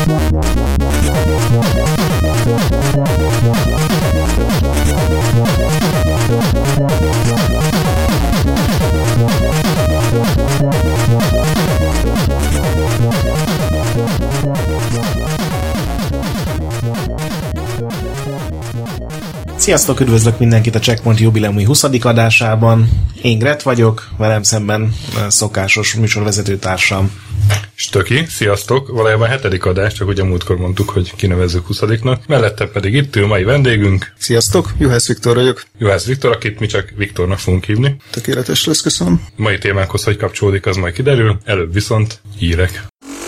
Sziasztok, üdvözlök mindenkit a Checkpoint jubileumi 20. adásában. Én Gret vagyok, velem szemben szokásos műsorvezetőtársam. Stöki, sziasztok! Valójában 7. adás, csak ugye múltkor mondtuk, hogy kinevezzük 20-nak. Mellette pedig itt ül mai vendégünk. Sziasztok, Juhász Viktor vagyok. Juhász Viktor, akit mi csak Viktornak fogunk hívni. Tökéletes lesz, köszönöm. Mai témánkhoz hogy kapcsolódik, az majd kiderül. Előbb viszont hírek.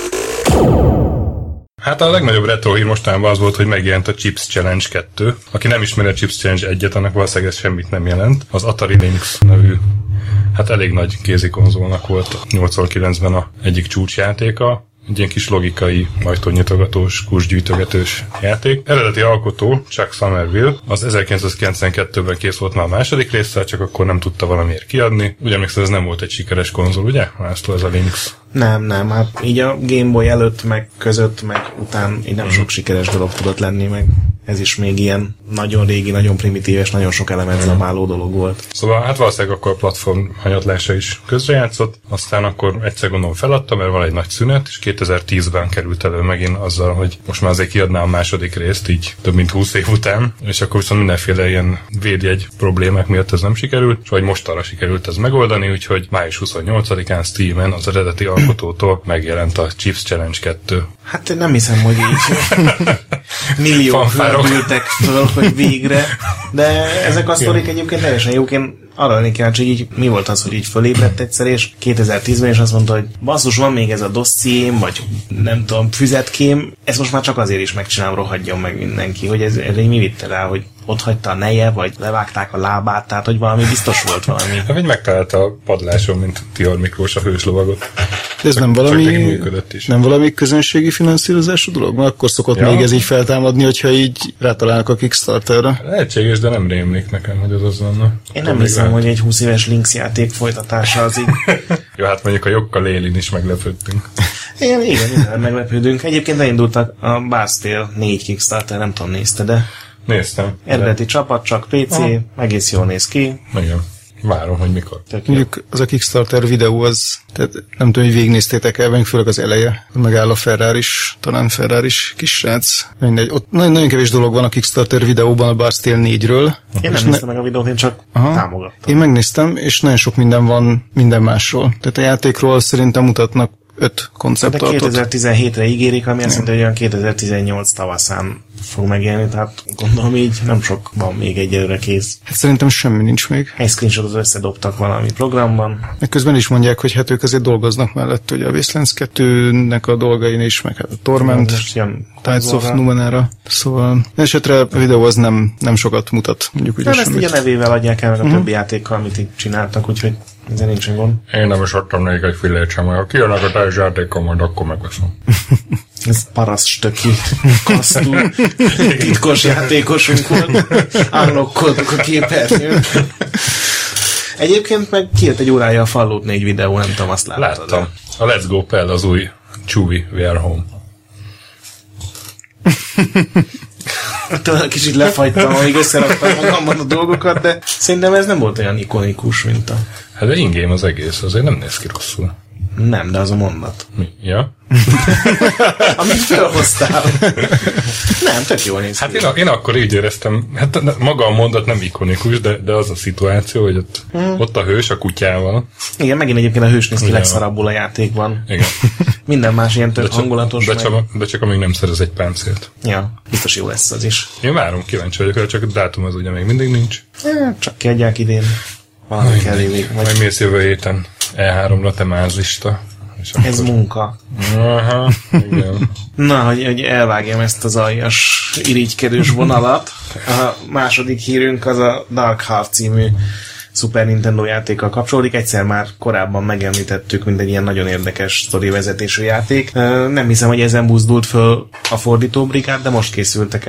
Hát a legnagyobb retro hír mostanában az volt, hogy megjelent a Chips Challenge 2. Aki nem ismeri a Chips Challenge 1-et, annak valószínűleg ez semmit nem jelent. Az Atari Lynx nevű, hát elég nagy kézikonzolnak volt 89-ben a egyik csúcsjátéka. Egy ilyen kis logikai, ajtónyitogatós, kursgyűjtögetős játék. Eredeti alkotó Chuck Somerville, az 1992-ben kész volt már a második résszel, csak akkor nem tudta valamiért kiadni. Ugye emlékszel, ez nem volt egy sikeres konzol, ugye? László, ez a Lynx. Nem, hát így a Game Boy előtt, meg között, meg után így nem sok sikeres dolog tudott lenni, meg ez is még ilyen nagyon régi, nagyon primitív és nagyon sok elemet zabáló dolog volt. Szóval hát valószínűleg akkor a platform hanyatlása is közrejátszott, aztán akkor egyszer gondolom feladta, mert van egy nagy szünet, és 2010-ben került elő megint azzal, hogy most már azért kiadná a második részt, így több mint 20 év után, és akkor viszont mindenféle ilyen védjegy problémák miatt ez nem sikerült, és vagy mostanra sikerült ez megoldani, úgyhogy május 28-án Steamen az eredeti alkotótól megjelent a Chips Challenge 2. Hát nem hiszem, hogy így millió ültek föl, hogy végre, de ezek a sztorik egyébként teljesen jók. Én arra lennék kíváncsi, hogy így mi volt az, hogy így fölébredt egyszer, és 2010-ben is azt mondta, hogy basszus, van még ez a dossziém, vagy nem tudom, füzetkém, ezt most már csak azért is megcsinálom, rohadjon meg mindenki, hogy ez mi vitte rá, hogy ott hagyta a neje, vagy levágták a lábát, tehát hogy valami biztos volt valami. Hát, hogy megtalálta a padláson, mint Tihar Miklós a hőslovagot. De ez nem valami közönségi finanszírozású dolog? Mert akkor szokott még ez így feltámadni, hogyha így rátalálnak a Kickstarterre. Lehetséges, de nem rémlik nekem, hogy az lenne. Én nem hiszem, hogy egy 20 éves Lynx játék folytatása az így. Jó, hát mondjuk a Jokka Lélin is meglepődtünk. Igen, meglepődünk. Egyébként elindultak a Bard's Tale 4 Kickstarter, nem tudom, nézte, de néztem. Eredeti csapat, csak PC, egész jól néz ki. Igen. Várom, hogy mikor. Mondjuk az a Kickstarter videó az, tehát nem tudom, hogy végignéztétek el, főleg az eleje, megáll a Ferraris, talán Ferraris kisrác. Mindegy, ott nagyon kevés dolog van a Kickstarter videóban a Bard's Tale 4-ről. Én nem néztem meg a videót, én csak támogattam. Én megnéztem, és nagyon sok minden van minden másról. Tehát a játékról szerintem mutatnak 5 konceptartot. De 2017-re ígérik, ami azt jelenti, hogy olyan 2018 tavaszán fog megjelenni, tehát gondolom így nem sok van még egyelőre kész. Hát szerintem semmi nincs még. Egy screenshotot összedobtak valami programban. Közben is mondják, hogy hát ők azért dolgoznak mellett, hogy a Wastelands 2-nek a dolgain is, meg hát a Torment, Tides of Numenera. Szóval esetre a videó az nem sokat mutat, mondjuk ugye semmit. Ezt így a nevével adják el, meg a többi játékkal, amit így csináltak, úgyhogy ezzel nincsen gond. Én nem is adtam nekik egy fillért sem, ha kijönnek a teljes játékkal, majd akkor megveszem. Ez parasztstöki kasztú, titkos játékosunk volt. Unlockoltuk a képernyőt. Egyébként meg kijött egy órája a Fallout 4 videó, nem tudom, azt láttad. Láttam. A Let's Go Pell, az új Chewie We Are Home. Talán kicsit lefagytam, amíg összeraktam magamban a dolgokat, de szerintem ez nem volt olyan ikonikus, mint a... Hát de in-game az egész, azért nem néz ki rosszul. Nem, de az a mondat. Mi? Ja? Amit felhoztál. Nem, tök jól néz ki. Hát én akkor így éreztem, hát maga a mondat nem ikonikus, de az a szituáció, hogy ott a hős a kutyával. Igen, megint egyébként a hős néz ki legszarabbul a játékban. Igen. Minden más ilyen tök hangulatos. De csak amíg nem szerez egy páncélt. Ja, biztos jó lesz az is. Én várom, kíváncsi vagyok, csak a dátum az ugye még mindig nincs. Csak kiadják idén. Valami kell még. Majd mész jövő héten E3-ra, te mázlista. Ez munka. Aha, igen. Na, hogy elvágjam ezt az aljas, irigykedős vonalat. A második hírünk az a Dark Heart című Super Nintendo játékkal kapcsolódik. Egyszer már korábban megemlítettük, mint egy ilyen nagyon érdekes sztorivezetésű játék. Nem hiszem, hogy ezen buzdult föl a fordítóbrigád, de most készültek el a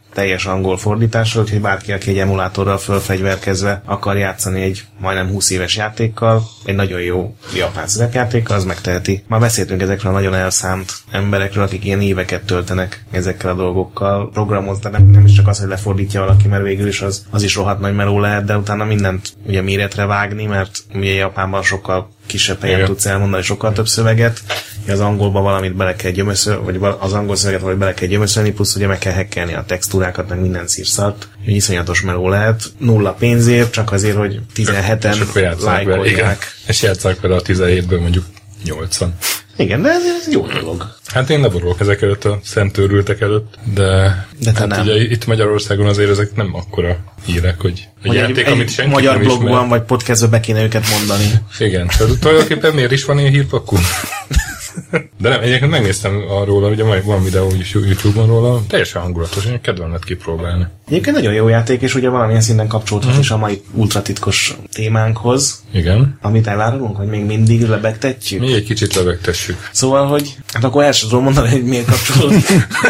teljes angol fordítással, úgyhogy bárki, aki egy emulátorral fölfegyverkezve akar játszani egy majdnem 20 éves játékkal, egy nagyon jó japán szerepjátékkal, az megteheti. Már beszéltünk ezekről a nagyon elszánt emberekről, akik ilyen éveket töltenek ezekkel a dolgokkal, programoznak, nem is csak az, hogy lefordítja valaki, mert végül is az is rohadt nagy meló lehet, de utána mindent ugye méretre vágni, mert ugye Japánban sokkal kisebb helyen tudsz elmondani sokkal több szöveget, az angolba valamit bele kell gyömöszölni, vagy az angol szöveget valahogy bele kell gyömöszölni, plusz ugye meg kell hackelni a textúrákat, meg minden szírszart, hogy iszonyatos meló lehet, nulla pénzért, csak azért, hogy 17-en lájkolják. És játsszák vele a 17-ből mondjuk 80. Igen, de ez jó dolog. Hát én leborulok ezek előtt a szentőrültek előtt, de hát ugye itt Magyarországon azért ezek nem akkora hírek, hogy a játék, amit senki magyar nem blogban ismer. vagy podcastben be kéne őket mondani. Igen, tehát tulajdonképpen miért is van ilyen hírpakú? De nem, egyébként megnéztem arról, ugye van videó is YouTube-on róla, teljesen hangulatos, én kedvem lett kipróbálni. Egyébként nagyon jó játék, és ugye valamilyen szinten kapcsolódhat is a mai ultratitkos témánkhoz. Igen. Amit elvárunk, hogy még mindig lebegtetjük. Mi egy kicsit lebegtessük. Szóval, hogy hát akkor el sem tudom mondani, hogy miért kapcsolódik.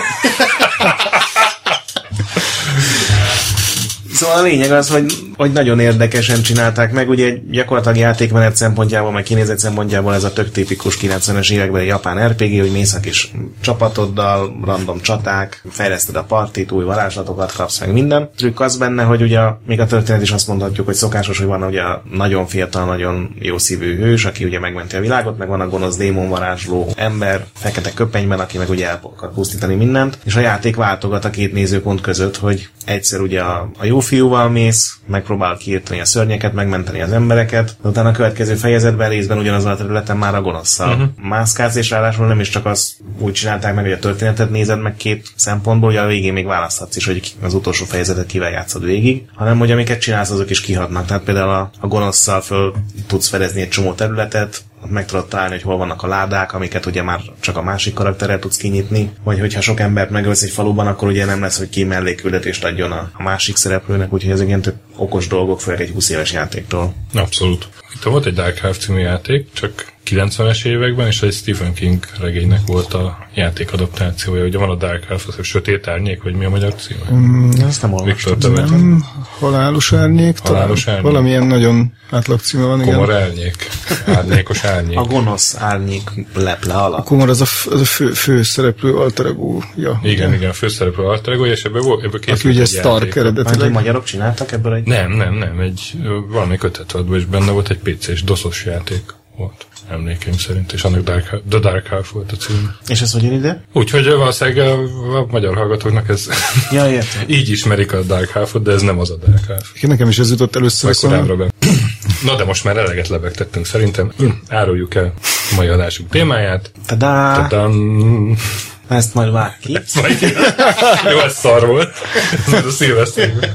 Szóval a lényeg az, hogy nagyon érdekesen csinálták meg, ugye gyakorlatilag játékmenet szempontjából, meg kinézet szempontjából ez a tök tipikus 90-es években japán RPG, hogy mész a kis csapatoddal, random csaták, fejleszted a partit, új varázslatokat kapsz, meg minden. Trükk az benne, hogy ugye még a történet is azt mondhatjuk, hogy szokásos, hogy van ugye a nagyon fiatal, nagyon jó szívű hős, aki ugye megmenti a világot, meg van a gonosz démonvarázsló ember, fekete köpenyben, aki meg ugye el akar pusztítani mindent, és a játék váltogat a két nézőpont között, hogy egyszer ugye a jó fiúval mész, megpróbál kiírtani a szörnyeket, megmenteni az embereket, de utána a következő fejezetben részben ugyanazon a területen már a gonosszal mászkálsz, és ráadásul nem is csak azt úgy csinálták meg, hogy a történetet nézed meg két szempontból, hogy a végén még választhatsz is, hogy az utolsó fejezetet kivel játszod végig, hanem hogy amiket csinálsz, azok is kihatnak. Tehát például a gonosszal föl tudsz fedezni egy csomó területet, meg tudod találni, hogy hol vannak a ládák, amiket ugye már csak a másik karakterrel tudsz kinyitni, vagy hogyha sok embert megölsz egy faluban, akkor ugye nem lesz, hogy ki mellékküldetést adjon a másik szereplőnek, úgyhogy ezek ilyen tök okos dolgok, főleg egy 20 éves játéktól. Abszolút. Itt volt egy Dark Half című játék, csak 90-es években, és egy Stephen King regénynek volt a játék adaptációja. Ugye van a Dark Half, az a Sötét Árnyék, vagy mi a magyar címe? Ezt nem olvastam. Nem, Halálos Árnyék. Halálos Árnyék. Valamilyen nagyon átlag címe van, igen. Komor Árnyék. Árnyékos Árnyék. A gonosz árnyék leple alatt. A Komor az a főszereplő alter egója. Igen, a főszereplő alter egója, és ebből készült aki ugye Stark eredetileg. Hogy magyarok csináltak ebből egy... Nem, egy valami kötetadban is benne volt, egy PC-s DOS-os játék volt. Emlékeim szerint, és annak The Dark Half volt a cím. És ez hogy jön ide? Úgyhogy valószínűleg a magyar hallgatóknak ez így ismerik a Dark Half-ot, de ez nem az a Dark Half. Nekem is ez jutott először. Na de most már eleget lebegtettünk szerintem. Áruljuk el a mai adásunk témáját. Tadám! Ezt majd vág ki. Jó, ez szar volt. Ez a szilveszterben.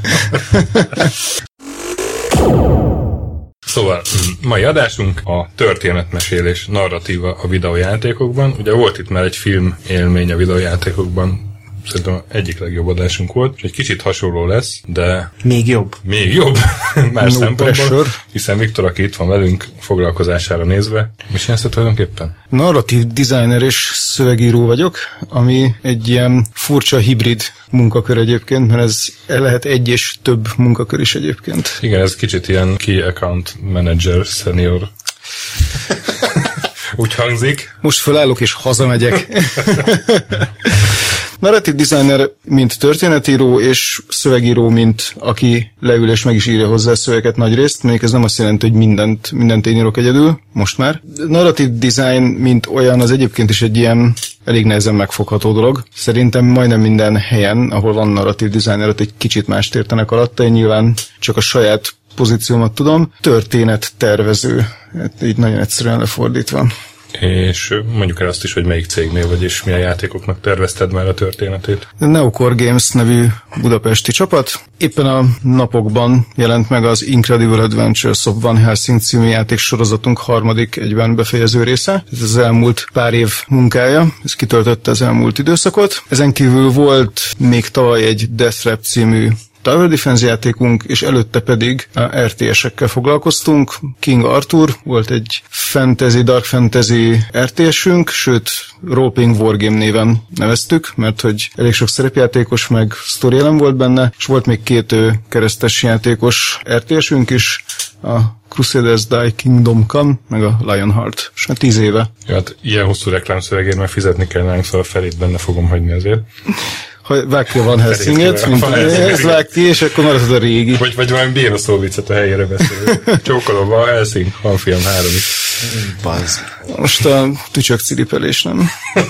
Szóval, mai adásunk a történetmesélés narratíva a videójátékokban. Ugye volt itt már egy film élmény a videójátékokban, szerintem egyik legjobb adásunk volt, és egy kicsit hasonló lesz, de... Még jobb, más szempontból, hiszen Viktor, aki itt van velünk foglalkozására nézve, mi csinálsz tulajdonképpen? Narratív designer és szövegíró vagyok, ami egy ilyen furcsa hibrid munkakör egyébként, mert ez lehet egy és több munkakör is egyébként. Igen, ez kicsit ilyen key account manager, senior. Úgy hangzik. Most felállok és hazamegyek. Narratív designer, mint történetíró, és szövegíró, mint aki leül és meg is írja hozzá a szövegeket nagy részt, még ez nem azt jelenti, hogy mindent én írok egyedül, most már. Narratív design, mint olyan, az egyébként is egy ilyen elég nehezen megfogható dolog. Szerintem majdnem minden helyen, ahol van narratív designer, ott egy kicsit mást értenek alatta, én nyilván csak a saját pozíciómat tudom. Történettervező, hát így nagyon egyszerűen lefordítva. És mondjuk el azt is, hogy melyik cégnél vagy, és milyen játékoknak tervezted már a történetét. A Neocore Games nevű budapesti csapat. Éppen a napokban jelent meg az Incredible Adventures of Van Helsing című játéksorozatunk harmadik egyben befejező része. Ez az elmúlt pár év munkája, ez kitöltötte az elmúlt időszakot. Ezen kívül volt még tavaly egy Death Trap című Tower Defense játékunk, és előtte pedig RTS-ekkel foglalkoztunk. King Arthur volt egy dark fantasy RTS-ünk, sőt, Role-Playing Wargame néven neveztük, mert hogy elég sok szerepjátékos, meg sztori elem volt benne, és volt még 2 keresztes játékos RTS-ünk is, a Crusaders Die Kingdom Come, meg a Lionheart. És már 10 éve. Ja, hát ilyen hosszú reklámszövegért már fizetni kell nálunk, szóval a felét benne fogom hagyni azért. Ha vág ki a Van Helsinget, ez vág ki, és akkor maradhat a régi. Vagy valami béna szóviccet a helyére beszélő. Csókolom, Van Helsing, van film 3 is. Bazd. Most a tücsök ciripelés, nem?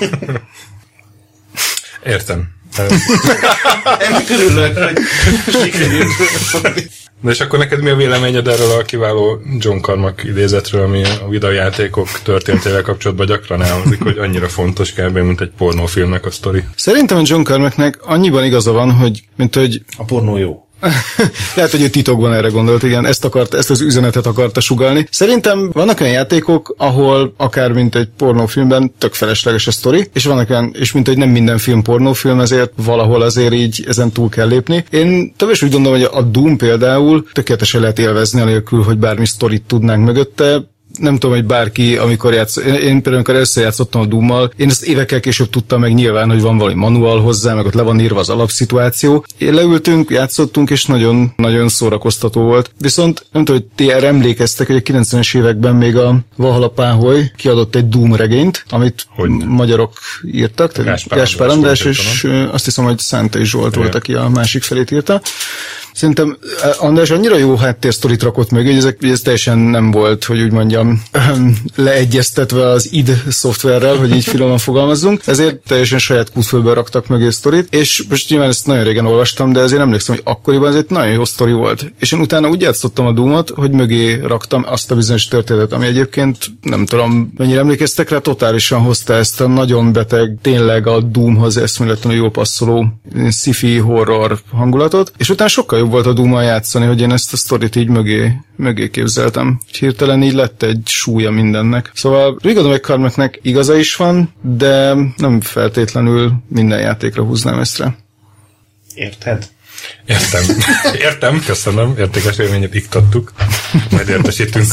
Értem. Ennek örülök, hogy sikerült. De és akkor neked mi a véleményed erről a kiváló John Carmack idézetről, ami a videójátékok történetével kapcsolatban gyakran elhangzik, hogy annyira fontos kb. Mint egy pornófilmnek a sztori? Szerintem a John Carmacknek annyiban igaza van, hogy a pornó jó. Lehet, hogy ő titokban erre gondolt, igen, ezt az üzenetet akarta sugallni. Szerintem vannak olyan játékok, ahol akár mint egy pornófilmben tök felesleges a sztori, és vannak olyan, és mint hogy nem minden film pornófilm, ezért valahol azért így ezen túl kell lépni. Én többes úgy gondolom, hogy a Doom például tökéletesen lehet élvezni, anélkül, hogy bármi sztorit tudnánk mögötte. Nem tudom, hogy bárki, amikor én például, amikor először játszottam a Doommal, én ezt évekkel később tudtam meg nyilván, hogy van valami manual hozzá, meg ott le van írva az alapszituáció. Én leültünk, játszottunk, és nagyon, nagyon szórakoztató volt. Viszont nem tudom, hogy ti erre emlékeztek, hogy a 90-es években még a Valhalla Páholy kiadott egy Doom regényt, amit magyarok írtak, tehát Gáspár András, és azt hiszem, hogy Szántai Zsolt volt, aki a másik felét írta. Szerintem András annyira jó háttérsztorit rakott meg, hogy ez teljesen nem volt, hogy úgy mondjam, leegyeztetve az id szoftverrel, hogy így finoman fogalmazzunk, ezért teljesen saját kútfőből raktak mögé sztorit, és most nyilván ezt nagyon régen olvastam, de azért emlékszem, hogy akkoriban ez egy nagyon jó sztori volt. És én utána úgy játszottam a Doomot, hogy mögé raktam azt a bizonyos történetet, ami egyébként, nem tudom, mennyire emlékeztek rá, totálisan hozta ezt a nagyon beteg, tényleg a Doomhoz eszméletlenül jó passzoló sci-fi horror hangulatot, és utána sokkal jobb volt a Doom-mal játszani, hogy én ezt a sztorit így mögé képzeltem. Hirtelen így lett egy súlya mindennek. Szóval úgy gondolom, hogy Carmacknek igaza is van, de nem feltétlenül minden játékra húznám ezt rá. Érted? Értem, köszönöm. Értékes élményet iktattuk. Majd értesítünk.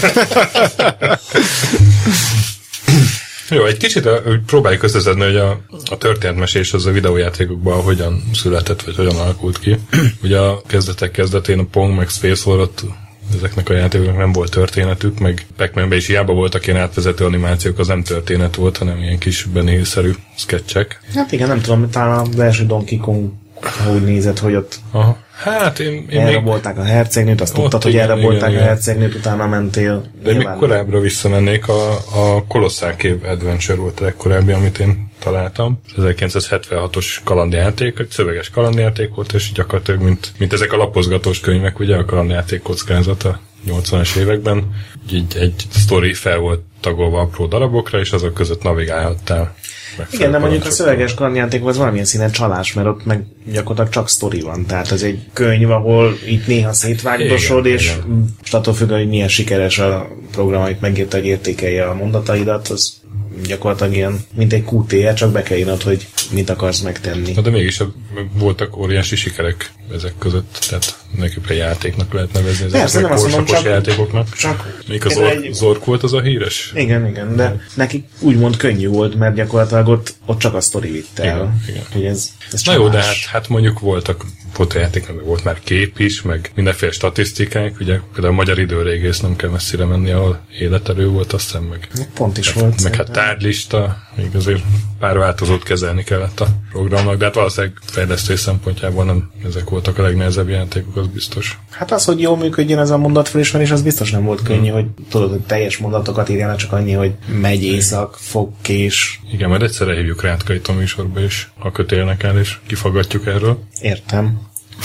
Jó, egy kicsit próbáljuk összeszedni, hogy a történetmesés az a videójátékokban hogyan született, vagy hogyan alakult ki. Ugye a kezdetén a Pong meg Space War, ezeknek a játékoknak nem volt történetük, meg Pac-Manben is hiába voltak ilyen átvezető animációk, az nem történet volt, hanem ilyen kis Benny-szerű sketchek. Hát igen, nem tudom, talán az első Donkey Kong úgy nézett, hogy ott hát én elrabolták a hercegnőt, azt tudtad, hogy elrabolták a hercegnőt, utána mentél. De még korábbra visszamennék, a Colossal Cave Adventure volt a legkorábbi, amit én találtam. 1976-os kalandjáték, egy szöveges kalandjáték volt, és gyakorlatilag mint ezek a lapozgatós könyvek, ugye a kalandjáték kockázata 80-as években, így egy sztori fel volt tagolva apró darabokra, és azok között navigálhattál. Igen, de mondjuk a szöveges kalandjáték az valamilyen színen csalás, mert ott meg gyakorlatilag csak sztori van. Tehát ez egy könyv, ahol itt néha szétvágdosod, és attól függ, hogy milyen sikeres a program, amit megírta, hogy értékelje a mondataidat, az gyakorlatilag ilyen, mint egy QTE, csak be kell írnod, hogy mit akarsz megtenni. De mégis voltak óriási sikerek ezek között, tehát nekik a játéknak lehet nevezni, ezek korszakos játékoknak. Még az Zork volt az a híres? Igen, de nekik úgymond könnyű volt, mert gyakorlatilag ott csak a sztori vitt el. Igen. Ez na jó, de hát mondjuk voltak fotójátéknak, volt már kép is, meg mindenféle statisztikák, ugye például a Magyar Időrégész nem kell messzire menni, ahol életerő volt, azt hiszem, meg pont is volt. Meg hát tárgylista, még azért pár változót kezelni kellett a programnak, de hát valószínűleg fejlesztő szempontjából nem ezek voltak a legnehezebb játékok, az biztos. Hát az, hogy jól működjön ez a mondatfelismerés, az biztos nem volt könnyű, hogy tudod, hogy teljes mondatokat írjanak, csak annyi, hogy megy éjszak, fog, kés. Igen, majd egyszerre hívjuk Rátkait a műsorba is, ha kötélnek el, és kifaggatjuk erről. Értem.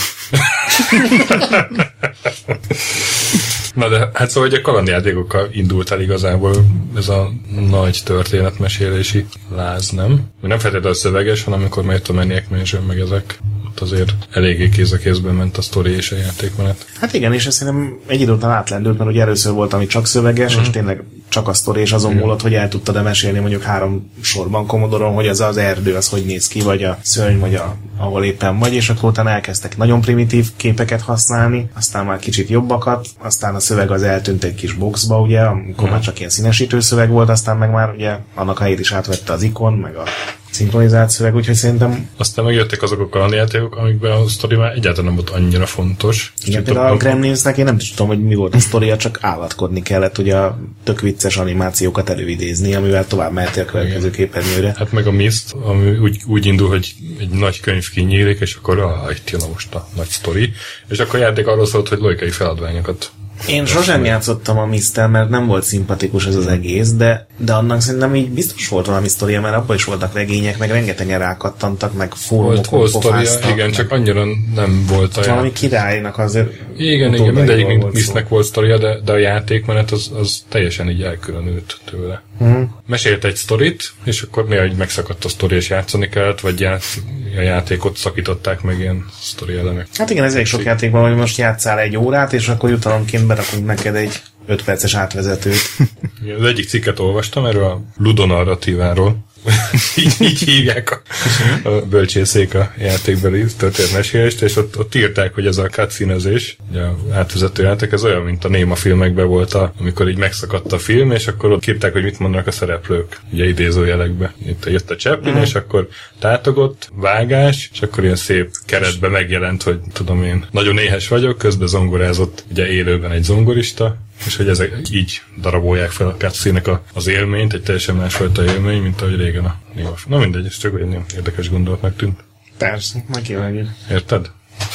Na de hát szóval, hogy a kalandjátékokkal indult el igazából ez a nagy történetmesélési láz, nem? Nem feltétlenül szöveges, hanem amikor megjött a Maniac Mansion, meg ezek, ott azért eléggé kéz a kézben ment a sztori és a játékmenet. Hát igen, és ezt szerintem egy idő után átlendült, mert ugye először volt, ami csak szöveges, és tényleg csak a sztori, és azon múlott, hogy el tudtad mesélni mondjuk 3 sorban Commodore-on, hogy az erdő, az hogy néz ki, vagy a szörny, vagy ahol éppen vagy, és akkor utána elkezdtek nagyon primitív képeket használni, aztán már kicsit jobbakat, aztán a szöveg az eltűnt egy kis boxba, ugye, amikor már csak ilyen színesítő szöveg volt, aztán meg már ugye annak helyét is átvette az ikon, meg a szinkronizált szöveg, úgyhogy szerintem... Aztán megjöttek azok a kalandjátékok, amikben a sztori már egyáltalán nem volt annyira fontos. Igen, például a Gremlinsnek én nem tudom, hogy mi volt a sztoria, csak állatkodni kellett, hogy a tök vicces animációkat előidézni, amivel tovább mehettél a következő képernyőre. Hát meg a Myst, ami úgy indul, hogy egy nagy könyv kinyílik, és akkor itt jön most a nagy sztori, és akkor a játék arról szólt, hogy logikai feladványokat. Én sosem játszottam a Myst-tel, mert nem volt szimpatikus ez az egész, de annak szerintem így biztos volt valami sztoria, mert abban is voltak regények, meg rengetegen rákattantak, meg fórumokon pofáztak. Igen, csak annyira nem volt a valami királynak azért... Igen, mindegyik Mystnek volt sztoria, de a játékmenet az teljesen így elkülönült tőle. Mesélt egy sztorit, és akkor néha így megszakadt a sztori, és játszani kellett, vagy a játékot szakították meg ilyen sztori elemek. Hát igen, ez elég sok játékban, hogy most játszál 1 órát, és akkor jutalomként berakunk neked egy 5 perces átvezetőt. Az egyik cikket olvastam erről a ludonarratíváról. így hívják a bölcsészék a játékbeli történetmesélést, és ott írták, hogy ez a cutscene-ezés, a átvezető játék, ez olyan, mint a Néma filmekben volt, amikor így megszakadt a film, és akkor ott írták, hogy mit mondanak a szereplők, ugye idézőjelekbe. Itt jött a Chaplin, és akkor tátogott, vágás, és akkor ilyen szép keretbe megjelent, hogy tudom én, nagyon éhes vagyok, közben zongorázott ugye élőben egy zongorista, és hogy ezek így darabolják fel a cutscene-nek az élményt, egy teljesen másfajta élmény, mint ahogy régen a Néma. Na mindegy, ez csak olyan érdekes gondolatnak tűnt. Persze, majd kivágjuk. Érted?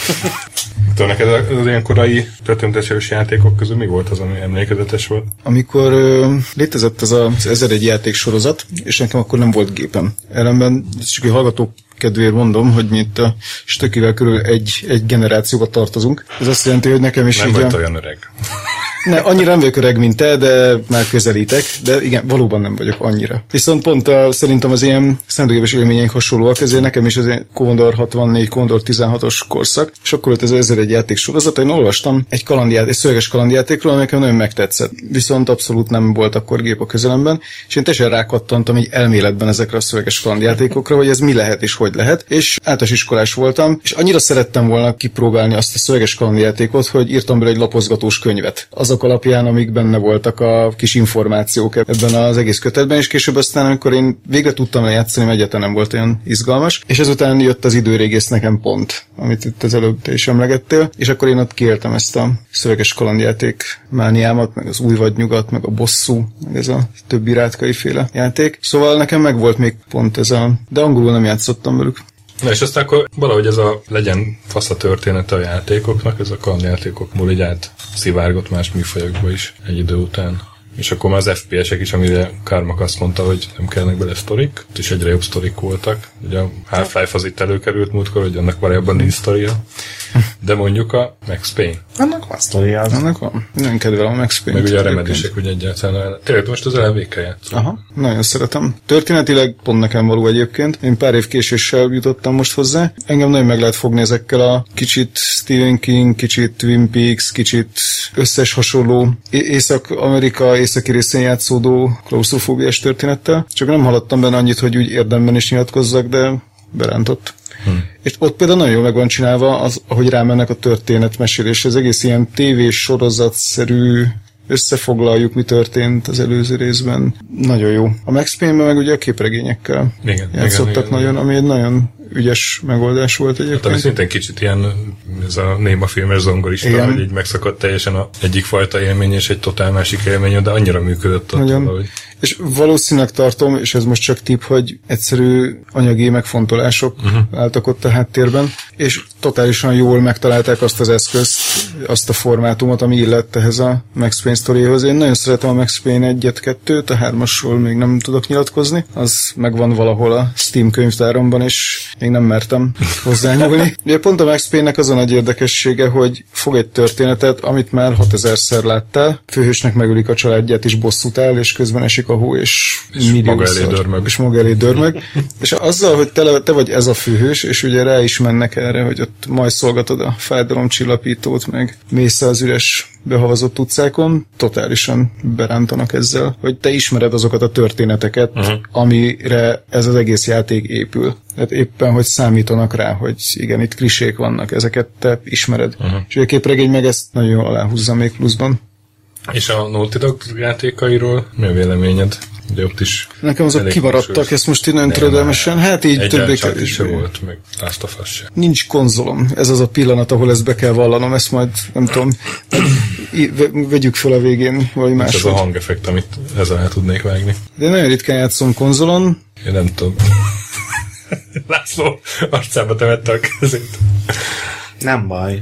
Tudom, neked az ilyen korai történetes játékok közül mi volt az, ami emlékezetes volt? Amikor létezett ez az 1001 játék sorozat, és nekem akkor nem volt gépem. Ellenben csak a hallgatók kedvéért mondom, hogy mi itt a Stökivel körül egy generációba tartozunk. Ez azt jelenti, hogy nekem is nem így... Nem vagy olyan öreg. Ne, annyira nem vagyok öreg, mint te, de már közelítek, de igen, valóban nem vagyok annyira. Viszont pont szerintem az ilyen számítógépes élményeink hasonlóak, ezért nekem is az ilyen Commodore 64, Commodore 16-os korszak, és akkor volt ez 1001 játék sorozat, én olvastam egy szöveges kalandjátékról, ami nekem nagyon megtetszett. Viszont abszolút nem volt akkor gép a közelemben, és én teljesen rákattantam így elméletben ezekre a szöveges kalandjátékokra, hogy ez mi lehet és hogy lehet, és általános iskolás voltam, és annyira szerettem volna kipróbálni azt a szöveges kalandjátékot, hogy írtam bele egy lapozgatós könyvet. Azok alapján, amik benne voltak a kis információk ebben az egész kötetben, és később aztán, amikor én végre tudtam játszani, egyáltalán nem volt olyan izgalmas, és ezután jött az időrégész nekem pont, amit itt az előbb te is emlegettél, és akkor én ott kiéltem ezt a szöveges kalandjáték mániámat, meg az új vagy nyugat, meg a bosszú, meg ez a többi rátkai féle játék. Szóval nekem meg volt még pont ez de angolul nem játszottam velük. Na és aztán akkor valahogy ez a legyen fasz a története a játékoknak, ez a kalandjátékokból így szivárgott más műfajokba is egy idő után. És akkor már az FPS-ek is, amire Carmack azt mondta, hogy nem kellnek bele sztorik, és egyre jobb sztorik voltak. Ugye a Half-Life az itt előkerült múltkor, hogy annak valójában nincs sztoria. De mondjuk a Max Payne. Annak van sztoria. Annak van. Nagyon kedvelem a Max Payne. Meg ugye a Remedisek, ugye egyáltalán. Tényleg most az LMV-kkel játszom. Aha, nagyon szeretem. Történetileg pont nekem való egyébként. Én pár év késéssel jutottam most hozzá. Engem nagyon meg lehet fogni ezekkel a kicsit Stephen King, kicsit Twin Peaks, kicsit összes hasonló Észak-Amerika északi részén játszódó klausztrofóbiás történettel. Csak nem hallottam benne annyit, hogy úgy érdemben is nyilatkozzak, de berántott. És ott például nagyon jól meg van csinálva, ahogy rámennek a történetmesélés. Ez egész ilyen tévés-sorozatszerű, összefoglaljuk, mi történt az előző részben. Nagyon jó. A Max Payne-ben meg ugye a képregényekkel játszottak nagyon, ami egy nagyon ügyes megoldás volt egyébként. Hát, ami szintén kicsit ilyen, ez a néma filmes zongorista, hogy így megszakadt teljesen egyik fajta élmény és egy totál másik élmény, de annyira működött ott valahogy. És valószínűleg tartom, és ez most csak tipp, hogy egyszerű anyagi megfontolások álltak ott a háttérben, és totálisan jól megtalálták azt az eszközt, azt a formátumot, ami illett ehhez a Max Payne sztorihoz. Én nagyon szeretem a Max Payne 1-2-t, a 3-asról még nem tudok nyilatkozni. Az megvan valahol a Steam könyvtáromban, és még nem mertem hozzányúlni. Ugye pont a Max Payne-nek az a nagy érdekessége, hogy fog egy történetet, amit már 6000-szer láttál, főhősnek megölik a családját, és bosszút áll, és közben esik a hó, és maga elé dörmög. És azzal, hogy te vagy ez a főhős, és ugye rá is mennek erre, hogy ott majd szolgatod a fájdalomcsillapítót, meg mész az üres behavazott utcákon, totálisan berántanak ezzel, hogy te ismered azokat a történeteket, amire ez az egész játék épül. Tehát éppen, hogy számítanak rá, hogy igen, itt klisék vannak, ezeket te ismered. És a képregény meg ezt nagyon jól aláhúzza még pluszban. És a Naughty Dog játékairól mi a véleményed? De ott is nekem azok kimaradtak, ezt most így nagyon törödelmesen. Hát így többé-kevésbé volt, meg Last of Us sem. Nincs konzolom. Ez az a pillanat, ahol ezt be kell vallanom, ezt majd nem tudom, vegyük fel a végén valami máshogy. Ez a hangeffekt, amit ezzel el tudnék vágni. De nagyon ritkán játszom konzolon. Én nem tudom. László arcába temette a kezét. Nem baj.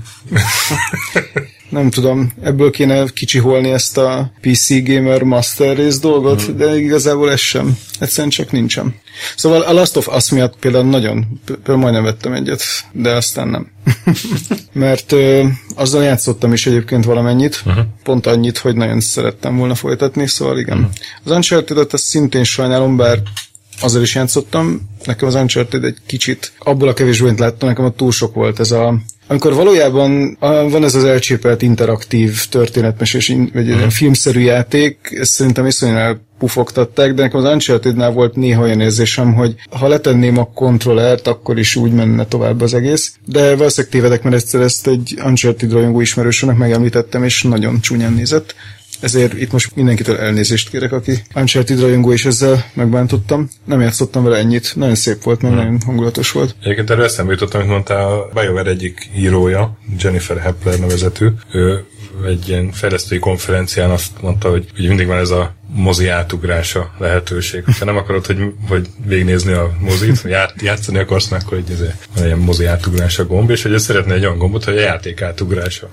Nem tudom, ebből kéne kicsiholni ezt a PC Gamer Master Race dolgot, de igazából ez sem. Egyszerűen csak nincsen. Szóval a Last of Us miatt például majdnem vettem egyet, de aztán nem. Mert azzal játszottam is egyébként valamennyit, pont annyit, hogy nagyon szerettem volna folytatni, szóval igen. Az Uncharted-et ezt szintén sajnálom, bár azzal is játszottam, nekem az Uncharted egy kicsit, abból a kevésből, mint láttam, nekem ott túl sok volt ez a... Amikor valójában van ez az elcsépelt interaktív történetmesés, vagy egy filmszerű játék, ezt szerintem iszonyan elpufogtatták, de nekem az Uncharted-nál volt néha olyan érzésem, hogy ha letenném a kontrollert, akkor is úgy menne tovább az egész. De valószínűleg tévedek, mert ezt egy Uncharted rajongó ismerősönek megemlítettem, és nagyon csúnyán nézett. Ezért itt most mindenkitől elnézést kérek, aki Uncharted rajongó, és ezzel megbántottam. Nem játszottam vele ennyit. Nagyon szép volt, mert nagyon hangulatos volt. Egyébként erről eszembe jutottam, amit mondtál, a BioWare egyik írója, Jennifer Hepler nevezetű, ő egy ilyen fejlesztői konferencián azt mondta, hogy mindig van ez a mozi átugrása lehetőség. Ha nem akarod, hogy végignézni a mozit, játszani akarsz meg, hogy van egy mozi átugrása gomb, és hogy szeretne egy olyan gombot, hogy a játék átugrása.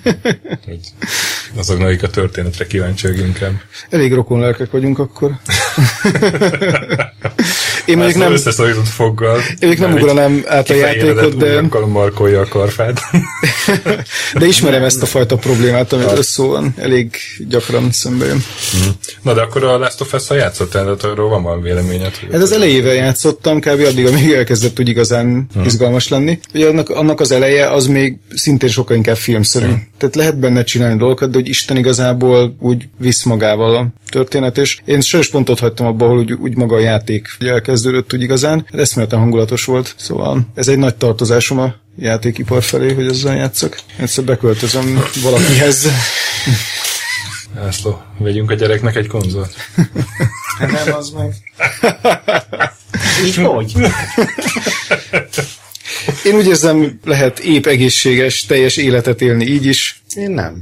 Azoknak, akik a történetre kíváncsiak inkább. Elég rokonlelkek vagyunk akkor. Én még nem összeszorított foggal. Én még nem ugranám át a játékot, de... markolja a karfát. De ismerem ezt a fajta problémát, amit összóan elég gyakran szembe jön. Na de akkor a Last of Us-szal játszottál, de arról van valami véleményed? Ez az elejével játszottam, kb. Addig, amíg elkezdett úgy igazán izgalmas lenni. Ugye annak az eleje az még szintén sokkal inkább filmszerű. Tehát lehet benne csinálni dolgokat, de hogy Isten igazából úgy visz magával a történet, és én sajnos pontot hagytam abba, ahol úgy maga a játék elkezdődött úgy igazán. Eszméleten hangulatos volt, szóval ez egy nagy tartozásom a játékipar felé, hogy ezzel játszok. Egyszer beköltözöm valakihez. László, vegyünk a gyereknek egy konzolt. Nem, az meg. Így hogy? Én úgy érzem, lehet épp egészséges, teljes életet élni így is. Én nem.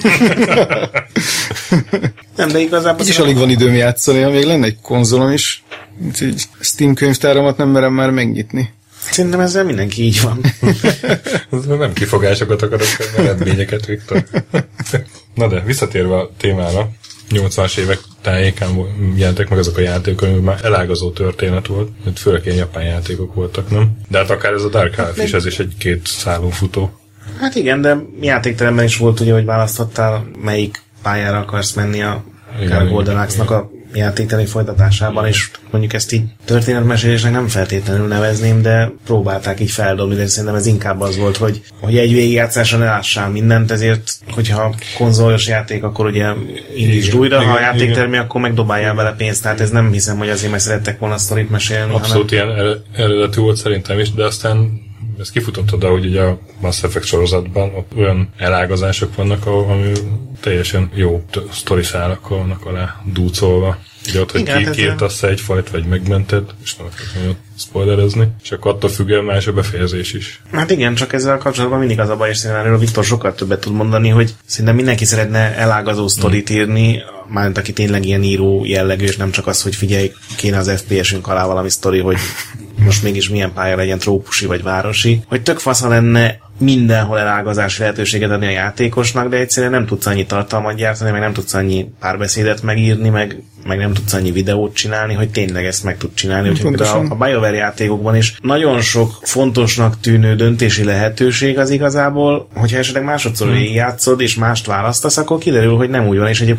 Nem, de igazából... Így is alig van időm játszani, ha még lenne egy konzolom is. Így Steam könyvtáramat nem merem már megnyitni. Szerintem ezzel mindenki így van. Nem kifogásokat akarok, eredményeket, Viktor. Na de, visszatérve a témára, 80-as évek tájékán jelentek meg azok a játékok, amik már elágazó történet volt, főleg ilyen japán játékok voltak, nem? De hát akár ez a Dark Half is, ez is egy 2 szálon futó. Hát igen, de játékteremben is volt ugye, hogy választhattál, melyik pályára akarsz menni a Golden Axe-nak a játékteli folytatásában, és mondjuk ezt így történetmesélésnek nem feltétlenül nevezném, de próbálták így feldobni, de szerintem ez inkább az volt, hogy egy végigjátszásra ne lássál mindent, ezért, hogyha konzolos játék, akkor ugye indítsd újra, ha a játéktermi, akkor megdobáljál vele pénzt, tehát ez nem hiszem, hogy azért, mert szerettek volna sztorit mesélni. Abszolút ilyen eredetű volt szerintem is, de aztán ezt kifutott oda, hogy ugye a Mass Effect sorozatban olyan elágazások vannak, ami teljesen jó sztoriszálakkal vannak alá dúcolva. Ugye ott, hogy kiirtasz egy fajt, vagy megmented, és nem akarok nagyon spoilerezni, és akkor attól függően más a befejezés is. Hát igen, csak ezzel kapcsolatban mindig az a baj, és szerintem erről Viktor sokkal többet tud mondani, hogy szerintem mindenki szeretne elágazó sztorit írni, mármint aki tényleg ilyen író jellegű, és nem csak az, hogy figyelj, kéne az FPS-ünk alá valami sztori, hogy most mégis milyen pálya legyen, trópusi vagy városi, hogy tök fasza lenne mindenhol elágazási lehetőséget adni a játékosnak, de egyszerűen nem tudsz annyi tartalmat gyártani, meg nem tudsz annyi párbeszédet megírni, meg nem tudsz annyi videót csinálni, hogy tényleg ezt meg tud csinálni. Úgyhogy a BioWare játékokban is nagyon sok fontosnak tűnő döntési lehetőség az igazából, hogyha esetleg másodszor játszod és mást választasz, akkor kiderül, hogy nem úgy van, és egyébként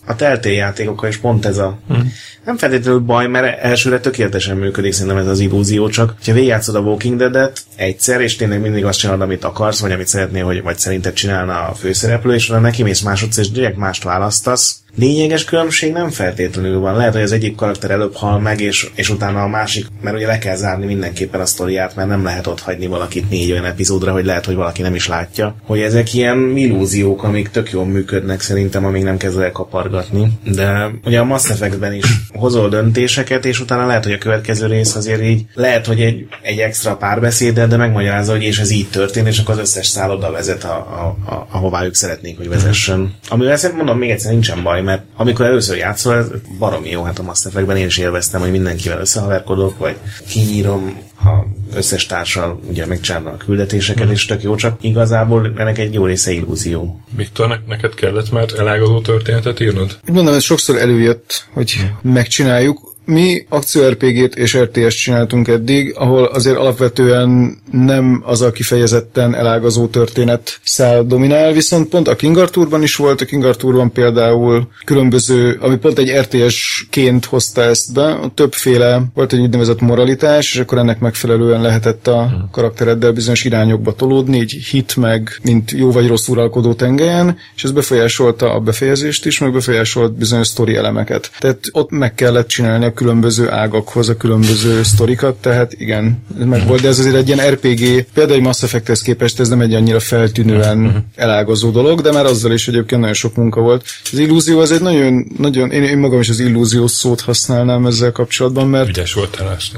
a Telltale játékokkal is pont ez a... Nem feltétlenül baj, mert elsőre tökéletesen működik szerintem ez az illúzió, csak ha végigjátszod a Walking Dead-et egyszer, és tényleg mindig azt csinálod, amit akarsz, vagy amit szeretnél, vagy szerinted csinálna a főszereplő, és utána nekimész másodszor, és direkt mást választasz. Lényeges különbség nem feltétlenül van. Lehet, hogy az egyik karakter előbb hal meg, és utána a másik, mert ugye le kell zárni mindenképpen a sztoriát, mert nem lehet ott hagyni valakit 4 olyan epizódra, hogy lehet, hogy valaki nem is látja. Hogy ezek ilyen illúziók, amik tök jól működnek szerintem, amíg nem kezd el kapargatni. De ugye a Mass Effectben is hozol döntéseket, és utána lehet, hogy a következő rész azért így, lehet, hogy egy extra párbeszéddel, de megmagyarázza, hogy és ez így történt, és akkor az összes szál oda vezet, ahová ők szeretnék, hogy vezessen. Amivel szerintem mondom, még egyszer nincsen baj, mert amikor először játszol, ez baromi jó, hát a Mass Effectben én is élveztem, hogy mindenkivel összehaverkodok, vagy kinyírom ha összes társal ugye megcsinálnak a küldetéseket, és tök jó, csak igazából ennek egy jó része illúzió. Viktor, neked kellett már elágazó történetet írnod? Mondom, ez sokszor előjött, hogy megcsináljuk. Mi akció-RPG-t és RTS-t csináltunk eddig, ahol azért alapvetően nem az a kifejezetten elágazó történet szál dominál, viszont pont a King Arthurban is volt, a King Arthurban például különböző, ami pont egy RTS-ként hozta ezt be, többféle volt egy úgynevezett moralitás, és akkor ennek megfelelően lehetett a karaktereddel bizonyos irányokba tolódni, így hit meg, mint jó vagy rossz uralkodó tengelyen, és ez befolyásolta a befejezést is, meg befolyásolt bizonyos sztori elemeket. Tehát ott meg kellett csinálni a különböző ágakhoz a különböző sztorikat, tehát igen, ez meg volt, de ez azért egy ilyen RPG, például egy Mass Effecthez képest ez nem egy annyira feltűnően elágazó dolog, de már azzal is egyébként nagyon sok munka volt. Az illúzió az egy nagyon én magam is az illúzió szót használnám ezzel kapcsolatban, mert... Ügyes voltál ezt.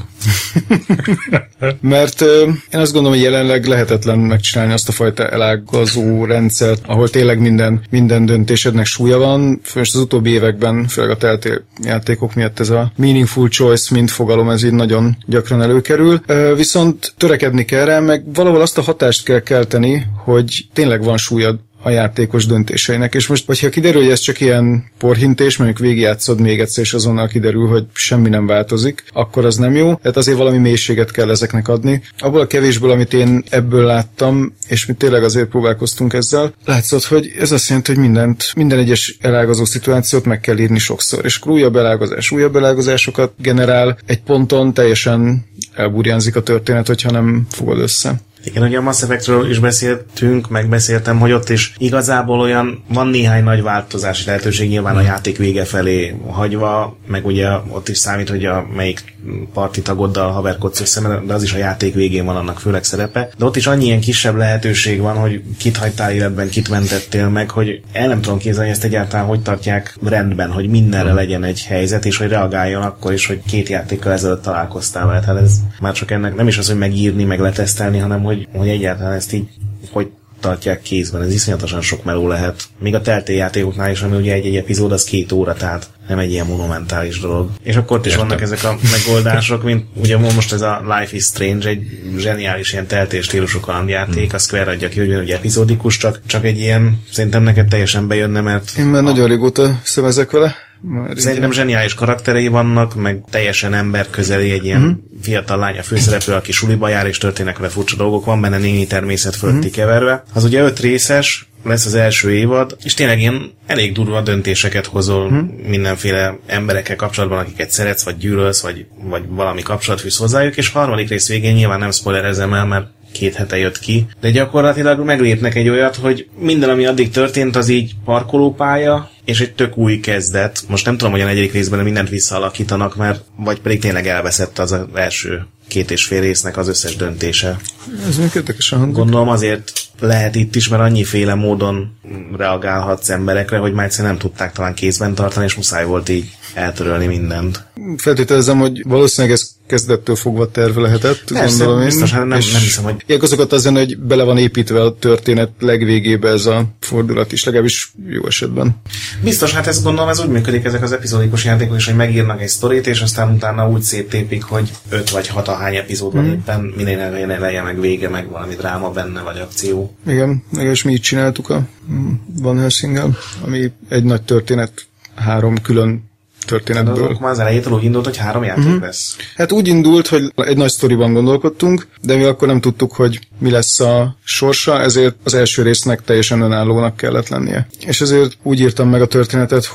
Mert én azt gondolom, hogy jelenleg lehetetlen megcsinálni azt a fajta elágazó rendszert, ahol tényleg minden döntésednek súlya van. Most az utóbbi években, főleg a Telltale játékok miatt ez a meaningful choice, mint fogalom, ez így nagyon gyakran előkerül. Viszont törekedni kell rá, meg valahol azt a hatást kell kelteni, hogy tényleg van súlyad a játékos döntéseinek. És most, hogyha kiderül, hogy ez csak ilyen porhintés, mondjuk végigjátszod még egyszer, és azonnal kiderül, hogy semmi nem változik, akkor az nem jó. Tehát azért valami mélységet kell ezeknek adni. Abból a kevésből, amit én ebből láttam, és mi tényleg azért próbálkoztunk ezzel, látszott, hogy ez azt jelenti, hogy minden egyes elágazó szituációt meg kell írni sokszor. És újabb elágazásokat generál, egy ponton teljesen elburjánzik a történet, hogyha nem fogod össze. Igen, ugye a Mass Effectről is megbeszéltem, hogy ott is igazából olyan, van néhány nagy változási lehetőség, nyilván a játék vége felé hagyva, meg ugye ott is számít, hogy melyik parti tagoddal haverkodsz össze, de az is a játék végén van annak főleg szerepe. De ott is annyi ilyen kisebb lehetőség van, hogy kit hagytál életben, kit mentettél meg, hogy el nem tudom képzelni, ezt egyáltalán hogy tartják rendben, hogy mindenre legyen egy helyzet, és hogy reagáljon akkor is, hogy 2 játékkal ezelőtt találkoztál vele. Hát ez már csak ennek nem is az, hogy megírni, meg letesztelni, hanem hogy egyáltalán ezt így hogy tartják kézben. Ez iszonyatosan sok meló lehet. Még a Telltale játékoknál is, ami ugye egy epizód, az 2 óra, tehát nem egy ilyen monumentális dolog. És akkor ott is vannak ezek a megoldások, mint ugye most ez a Life is Strange, egy zseniális ilyen Telltale stílusú kalandjáték, a Square adja ki, hogy ugye epizódikus, csak egy ilyen, szerintem neked teljesen bejönne, mert... Én már nagyon régóta szemezek vele. Szerintem zseniális karakterei vannak, meg teljesen emberközeli, egy ilyen fiatal lány a főszereplő, aki suliba jár, és történnek vele furcsa dolgok, van benne némi természet fölötti keverve. Az ugye 5 részes, lesz az első évad, és tényleg ilyen elég durva döntéseket hozol mindenféle emberekkel kapcsolatban, akiket szeretsz, vagy gyűlölsz, vagy valami kapcsolat fűz hozzájuk, és a harmadik rész végén nyilván nem spoilerezem el, mert 2 hete jött ki, de gyakorlatilag meglépnek egy olyat, hogy minden, ami addig történt, az így parkolópálya, és egy tök új kezdet. Most nem tudom, hogy a 4. részben mindent visszaalakítanak, mert vagy pedig tényleg elveszett az első 2,5 résznek az összes döntése. Ez még érdekesen hangzik. Gondolom azért lehet itt is, mert annyiféle módon reagálhatsz emberekre, hogy már egyszerűen nem tudták talán kézben tartani, és muszáj volt így eltörölni mindent. Feltételezem, hogy valószínűleg ez kezdettől fogva terve lehetett. Persze, gondolom biztos, nem hiszem, hogy... Ilyenkor szokott az, hogy bele van építve a történet legvégébe ez a fordulat is, legalábbis jó esetben. Biztos, hát ezt gondolom, ez úgy működik ezek az epizódikus játékok is, hogy megírnak egy sztorit, és aztán utána úgy széttépik, hogy 5 vagy 6 ahány epizód van éppen, minél eleje, meg vége, meg valami dráma benne, vagy akció. Igen, és mi így csináltuk a Van Helsingel, ami egy nagy történet, 3 külön történetből. De már az elejétől úgy indult, hogy 3 játék lesz. Hát úgy indult, hogy egy nagy sztoriban gondolkodtunk, de mi akkor nem tudtuk, hogy mi lesz a sorsa, ezért az első résznek teljesen önállónak kellett lennie. És ezért úgy írtam meg a történetet, hogy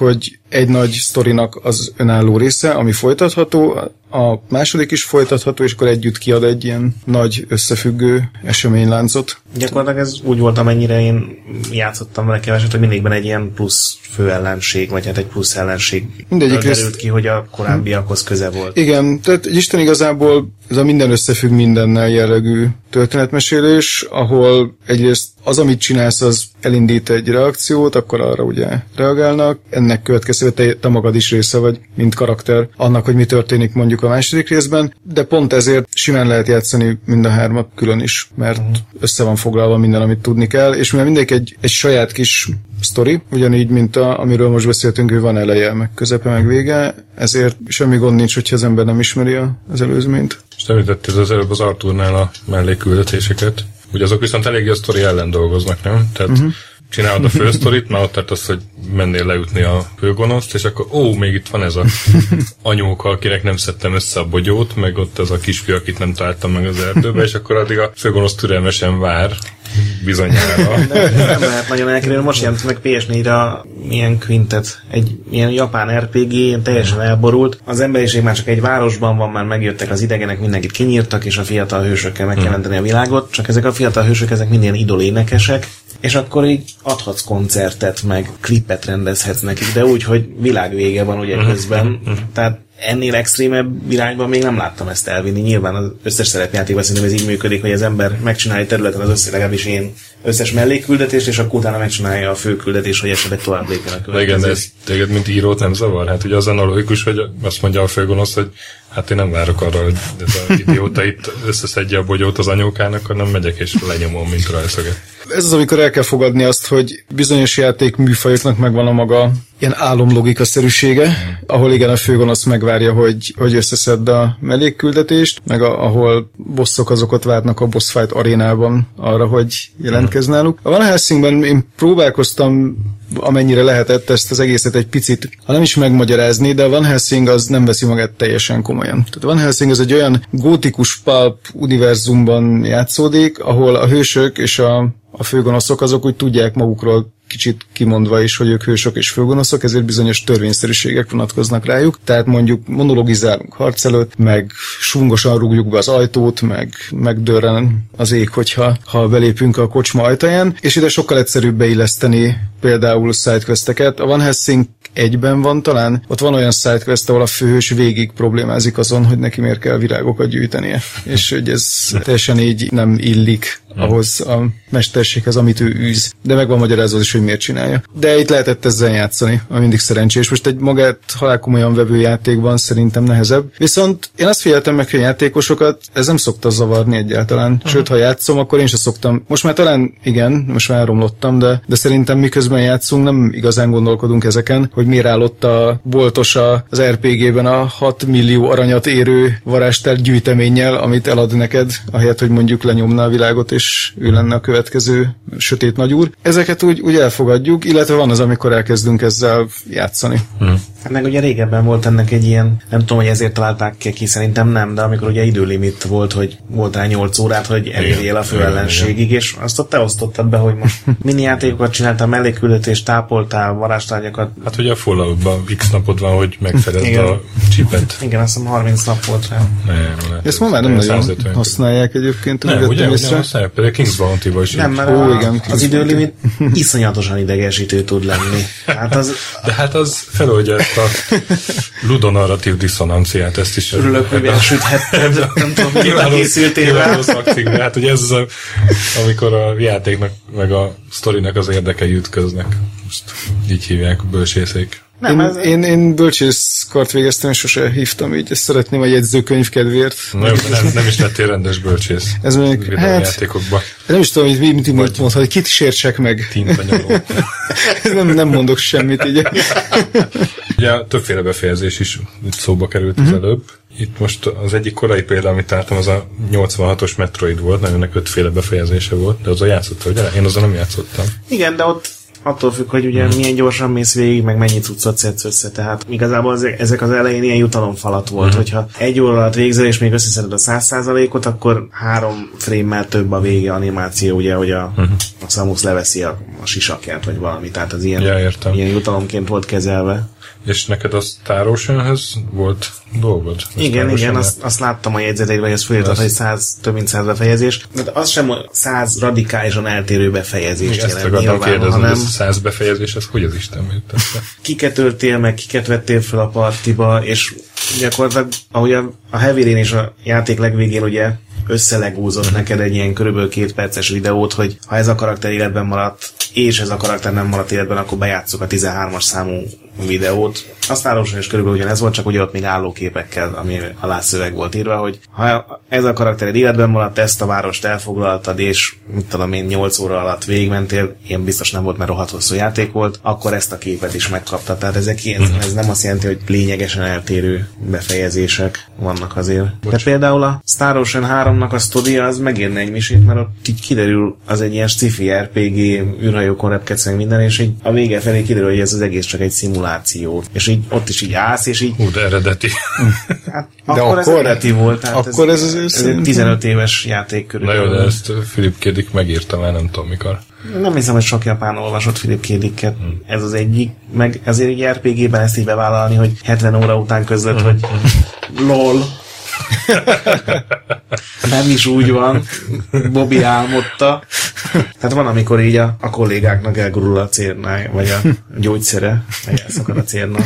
egy nagy sztorinak az önálló része, ami folytatható, a második is folytatható, és akkor együtt kiad egy ilyen nagy összefüggő eseményláncot. Gyakorlatilag ez úgy volt, amennyire én játszottam vele keveset, hogy mindigben egy ilyen plusz főellenség, vagy hát egy plusz ellenség derült ki, hogy a korábbiakhoz köze volt. Igen, tehát Isten igazából ez a minden összefügg mindennel jellegű történetmesélés, ahol egyrészt az, amit csinálsz, az elindít egy reakciót, akkor arra ugye reagálnak. Ennek következtében te magad is része vagy, mint karakter, annak, hogy mi történik mondjuk a második részben, de pont ezért simán lehet játszani mind a hármat külön is, mert össze van foglalva minden, amit tudni kell, és mivel mindenki egy saját kis sztori, ugyanígy, mint amiről most beszéltünk, hogy van eleje, meg közepe, meg vége, ezért semmi gond nincs, hogyha az ember nem ismeri az előzményt. És említetted az előbb az Arthurnál a mellékküldetéseket. Ugye azok viszont eléggé a sztori ellen dolgoznak, nem? Tehát csinálod a fősztorit, már ott tartasz, hogy mennél leütni a főgonoszt, és akkor még itt van ez a anyóka, akinek nem szedtem össze a bogyót, meg ott ez a kisfiú, akit nem találtam meg az erdőbe, és akkor addig a főgonosz türelmesen vár, bizonyára. Nem lehet nagyon elkerülni. Most jelent meg PS4-re milyen Quintet, egy ilyen japán RPG, teljesen elborult. Az emberiség már csak egy városban van, már megjöttek az idegenek, mindenkit kinyírtak, és a fiatal hősökkel meg kell menteni a világot, csak ezek a fiatal hősök, ezek mind ilyen idolénekesek, és akkor így adhatsz koncertet, meg klippet rendezhetsz nekik, de úgy, hogy világvége van ugye közben. Tehát ennél extrémebb irányban még nem láttam ezt elvinni. Nyilván az összes szerepjátékban szerintem ez így működik, hogy az ember megcsinálja területen az összes, legalábbis én összes mellékküldetést, és akkor utána megcsinálja a főküldetés, hogy esetleg tovább lépjen a következő. Igen, de ez téged, mint írót nem zavar? Hát ugye az a logikus, hogy azt mondja a főgonosz, hogy hát én nem várok arra, hogy ez az idióta itt összeszedje a bogyót az anyókának, hanem megyek és lenyomom, mint rajszöget. Ez az, amikor el kell fogadni azt, hogy bizonyos játékműfajoknak megvan a maga ilyen álomlogika-szerűsége, ahol igen, a főgonosz megvárja, hogy összeszedd a mellékküldetést, meg ahol bosszok azokat várnak a boss fight arénában arra, hogy jelentkezz náluk. A Van Helsingben én próbálkoztam, amennyire lehetett ezt az egészet egy picit, ha nem is megmagyarázni, de a Van Helsing az nem veszi magát teljesen komolyan. Tehát a Van Helsing az egy olyan gótikus pulp univerzumban játszódik, ahol a hősök és a főgonoszok azok úgy tudják magukról kicsit kimondva is, hogy ők hősök és főgonoszok, ezért bizonyos törvényszerűségek vonatkoznak rájuk. Tehát mondjuk monologizálunk harc előtt, meg sungosan rúgjuk be az ajtót, meg megdörren az ég, ha belépünk a kocsma ajtaján, és ide sokkal egyszerűbb beilleszteni például sidequesteket. A Van Helsing 1-ben van talán, ott van olyan sidequest, ahol a főhős végig problémázik azon, hogy neki miért kell virágokat gyűjtenie. És hogy ez teljesen így nem illik ahhoz a mesterséghez, amit ő űz. De meg van magyarázva is, hogy miért csinálja. De itt lehetett ezzel játszani, ami mindig szerencsés. Most egy magát halálkomolyan vevő játékban szerintem nehezebb. Viszont én azt figyeltem meg, hogy a játékosokat ez nem szokta zavarni egyáltalán. Sőt, ha játszom, akkor én sem szoktam. Most már talán igen, most már elromlottam, de szerintem miközben játszunk, nem igazán gondolkodunk ezeken, hogy miért áll ott a boltos az RPG-ben a 6 millió aranyat érő varázstár gyűjteménnyel, amit elad neked, ahelyett, hogy mondjuk lenyomna a világot, és ő lenne a következő sötét nagyúr. Ezeket úgy elfogadjuk, illetve van az, amikor elkezdünk ezzel játszani. Hát meg ugye régebben volt ennek egy ilyen, nem tudom, hogy ezért találták ki, szerintem nem, de amikor ugye időlimit volt, hogy volt rá 8 órát, hogy elérjél a főellenségig, és azt ott te osztottad be, hogy most mini játékokat csináltál, mellékküldetést, tápoltál, varázstárgyakat. Hát ugye a Falloutban x napod van, hogy megfeled a chipet. Igen, azt hiszem 30 nap volt rá. Ezt ma már nem nagyon használják egyébként. Nem, ugye használják, például King's Bounty-val is. Nem, mert igen, az időlimit iszonyatosan idegesítő tud lenni. De hát az feloldja ezt a ludonarratív diszonanciát, ezt is. Örülök, hogy elsüthetted, nem tudom, hogy készültél rá. De hát ugye ez az, amikor a játéknak, meg a sztorinak az érdekei ütköznek. Most így hívják, bölcsészék. Én bölcsészkart végeztem, és sose hívtam így. Ezt szeretném a jegyzőkönyv kedvéért. Nem is lettél rendes bölcsész. Ez még videójátékokban. Nem is tudom, hogy mit mondhat, hogy kit sértsek meg. nem mondok semmit így. Ugye többféle befejezés is szóba került az előbb. Itt most az egyik korai példa, amit láttam, az a 86-os Metroid volt, nagyon 5 féle befejezése volt, de azzal játszottál, ugye? Én azzal nem játszottam. Igen, de ott attól függ, hogy ugye milyen gyorsan mész végig, meg mennyi cuccot szedsz össze. Tehát igazából ezek az elején ilyen jutalomfalat volt, hogyha 1 óra alatt végzel, és még összeszeded a 100%-ot, akkor 3 frame-mel több a vége animáció, ugye, hogy a Samus leveszi a sisakját, vagy valami. Tehát az ilyen jutalomként volt kezelve. És neked a Star Oceanhez volt dolgod? Igen, azt láttam a jegyzeteidben, hogy ez fölírtad, hogy több mint 100 befejezés. De az sem 100 radikálisan eltérő befejezést jelent. Ezt akartam kérdezni, hogy ez 100 befejezés, ez hogy az Isten műtette? Kiket öltél meg, kiket vettél fel a partiba, és gyakorlatilag, ahogy a Heavy Rain és a játék legvégén ugye összelegúzott neked egy ilyen körülbelül 2 perces videót, hogy ha ez a karakter életben maradt, és ez a karakter nem maradt életben, akkor bejátsszuk a 13-as számú videót. Aztán is körülbelül ugyanez volt, csak ugye ott még állóképekkel, ami alá szöveg volt írva, hogy ha ez a karaktered életben maradt, ezt a várost elfoglaltad, és mit tudom én 8 óra alatt végigmentél, ilyen biztos nem volt, mert rohadt hosszú játék volt, akkor ezt a képet is megkaptad. Tehát ez nem azt jelenti, hogy lényegesen eltérő befejezések vannak azért. De például a Star Ocean 3-nak a sztoria az megérne egy misét, mert ott így kiderül, az egy ilyen sci-fi RPG, űrhajókon repkedsz meg minden, és így a vége felé kiderül, hogy ez az egész csak egy szimuláció. És így ott is így állsz, és így... de eredeti. Hát, akkor ez eredeti volt. Tehát akkor ez 15 éves játék körülbelül. Na jó, de ezt Philip K. Dick megírta már, nem tudom mikor. Nem hiszem, hogy sok japán olvasott Philip K. Dicket. Ez az egyik. Meg azért egy RPG-ben ezt így bevállalni, hogy 70 óra után közlött, hogy LOL. Nem is úgy van. Bobby álmodta. Tehát van, amikor így a kollégáknak elgurul a cérnája, vagy a gyógyszere, vagy elszakad a cérna.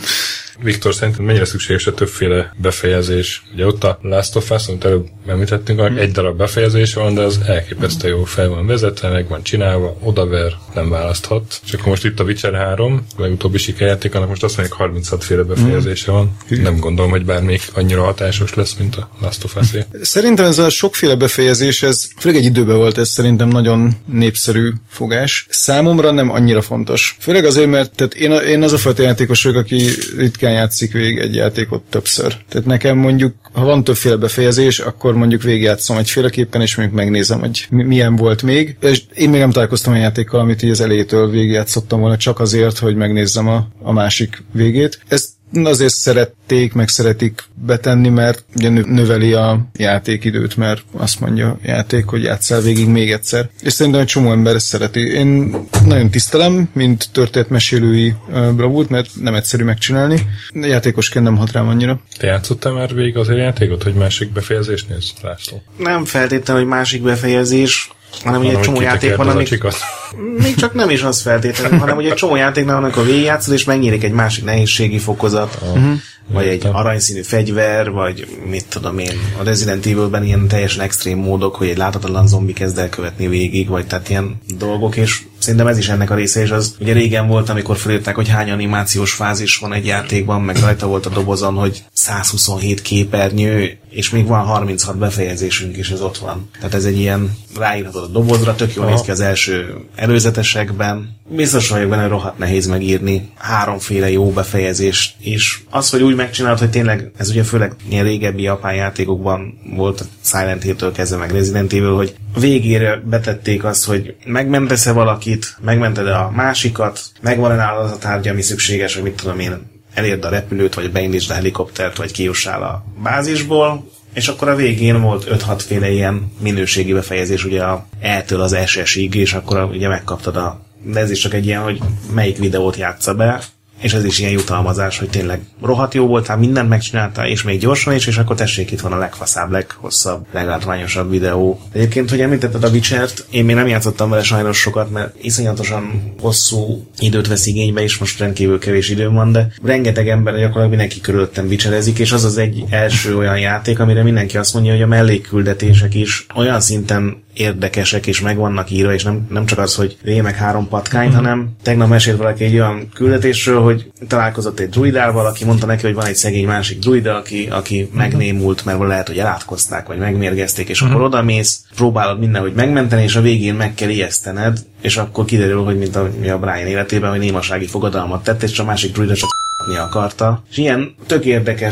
Viktor, szerintem mennyire szükséges a többféle befejezés? Ugye ott a Last of Us, amit előbb említettünk, egy darab befejezés van, de az elképesztő jó fel van vezetve, meg van csinálva, odaver, nem választhat. És akkor most itt a Witcher 3, a legutóbbi sikerjáték, annak most azt mondják, 36 féle befejezése van. Nem gondolom, hogy bármelyik annyira hatásos lesz, mint a Last of Us-é. Szerintem ez a sokféle befejezés, ez főleg egy időben volt, ez szerintem nagyon népszerű fogás. Számomra nem annyira fontos. Főleg azért, mert tehát én az a fajta játékos vagyok, aki ritkán játszik végig egy játékot többször. Tehát nekem mondjuk, ha van többféle befejezés, akkor mondjuk végigjátszom egyféleképpen, és mondjuk megnézem, hogy milyen volt még. És én még nem találkoztam a játékkal, amit így az elejétől végigjátszottam volna, csak azért, hogy megnézzem a másik végét. Ezt azért szerették, meg szeretik betenni, mert ugye növeli a játékidőt, mert azt mondja a játék, hogy játsszál végig még egyszer. És szerintem egy csomó ember ezt szereti. Én nagyon tisztelem, mint történetmesélői bravúrt, mert nem egyszerű megcsinálni. Játékosként nem hat rám annyira. Te játszottál már végig azért játékot, hogy másik befejezés néz, László? Nem feltétlenül, hogy másik befejezés, hanem ugye egy csomó játék van, amik... Még csak nem is az feltétlenül, hanem ugye egy csomó játéknál van, amikor végigjátszod, és megnyílik egy másik nehézségi fokozat, vagy egy aranyszínű fegyver, vagy mit tudom én, a Resident Evil-ben ilyen teljesen extrém módok, hogy egy láthatatlan zombi kezd el követni végig, vagy tehát ilyen dolgok, és szerintem ez is ennek a része, és az ugye régen volt, amikor felírták, hogy hány animációs fázis van egy játékban, meg rajta volt a dobozon, hogy 127 képernyő, és még van 36 befejezésünk, és ez ott van. Tehát ez egy ilyen ráírhatod a dobozra, tök jól néz ki az első előzetesekben. Biztos vagyok benne, hogy rohadt nehéz megírni 3 féle jó befejezést, és az, hogy úgy megcsinálod, hogy tényleg, ez ugye főleg ilyen régebbi japán játékokban volt, a Silent Hill-től kezdve meg Resident Evil, hogy végére betették azt, hogy megmentesz-e valakit, megmented a másikat, megvan-e nálad az a tárgy, ami szükséges, hogy mit tudom én, elérd a repülőt, vagy beindítsd a helikoptert, vagy kijussál a bázisból, és akkor a végén volt 5-6 féle ilyen minőségi befejezés, ugye a E-től az SS-ig, és akkor ugye megkaptad de ez is csak egy ilyen, hogy melyik videót játsza be, és ez is ilyen jutalmazás, hogy tényleg rohadt jó voltál, mindent megcsináltál, és még gyorsan is, és akkor tessék, itt van a legfaszább, leghosszabb, leglátványosabb videó. Egyébként, hogy említetted a Witchert, én még nem játszottam vele sajnos sokat, mert iszonyatosan hosszú időt vesz igénybe, és most rendkívül kevés időm van, de rengeteg ember, gyakorlatilag mindenki körülöttem Witcherezik, és az az egy első olyan játék, amire mindenki azt mondja, hogy a mellékküldetések is olyan szinten érdekesek, és meg vannak írva, és nem csak az, hogy meg 3 patkányt, hanem tegnap mesélt valaki egy olyan küldetésről, hogy találkozott egy druidával, aki mondta neki, hogy van egy szegény másik druida, aki megnémult, mert lehet, hogy elátkozták, vagy megmérgezték, és akkor odamész, próbálod mindenhogy megmenteni, és a végén meg kell ijesztened, és akkor kiderül, hogy mint a Brian életében, hogy némasági fogadalmat tett, és a másik druida csak akarta. És ilyen tök érdekes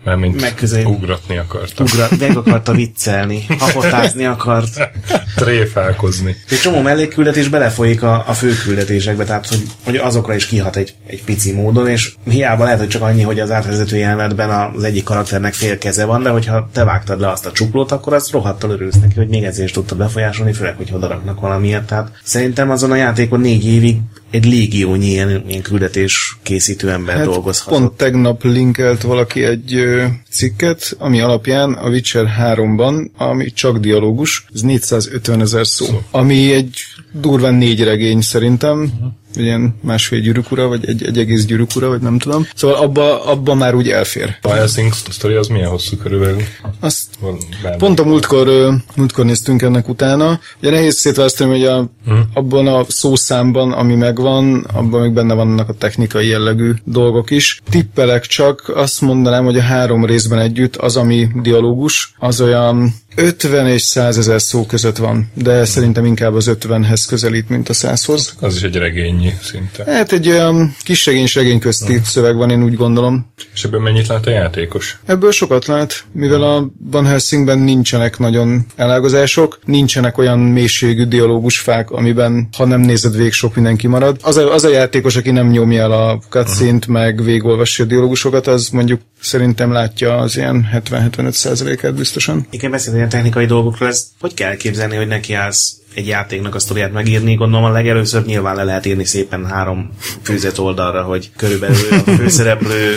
Mármint ugratni akarta. Meg akarta viccelni, hapotázni akart. Tréfálkozni. Egy csomó mellékküldetés belefolyik a főküldetésekbe, tehát hogy azokra is kihat egy pici módon, és hiába lehet, hogy csak annyi, hogy az átvezető jelenetben az egyik karakternek fél keze van, de hogyha te vágtad le azt a csuklót, akkor az rohadtal örülsz neki, hogy még ezért is tudtad befolyásolni, főleg, hogy odaraknak valamiért. Tehát szerintem azon a játékon 4 évig egy légiónyi ilyen küldetés készítő ember dolgozhatott. Pont tegnap linkelt valaki egy cikket, ami alapján a Witcher 3-ban, ami csak dialógus, ez 450 000 szó. Ami egy durván 4 regény szerintem, ilyen 1,5 gyűrűk ura, vagy egy egész gyűrűk ura, vagy nem tudom. Szóval abba már úgy elfér. A Helsing sztori az milyen hosszú körülbelül? Azt pont a múltkor néztünk ennek utána. Ugye nehéz szétválasztani, hogy abban a szószámban, ami megvan, abban még benne vannak a technikai jellegű dolgok is. Tippelek csak, azt mondanám, hogy a 3 részben együtt az, ami dialógus, az olyan 50 és 100 000 szó között van, de szerintem inkább az 50-hez közelít, mint a 100-hoz. Az is egy regényi szinte. Hát egy olyan kis regény közti szöveg van, én úgy gondolom. És ebből mennyit lát a játékos? Ebből sokat lát, mivel a Van Helsingben nincsenek nagyon elágazások, nincsenek olyan mélységű dialógusfák, amiben, ha nem nézed végig, sok minden kimarad. Az a játékos, aki nem nyomja el a cutscene-t, meg végigolvassa a dialógusokat, az mondjuk szerintem látja az ilyen 70-75%-át biztosan. Igen, beszélni a technikai dolgokról, ez hogy kell képzelni, hogy nekiállsz egy játéknak a sztoriát megírni? Gondolom a legelőször nyilván le lehet írni szépen 3 fűzet oldalra, hogy körülbelül a főszereplő,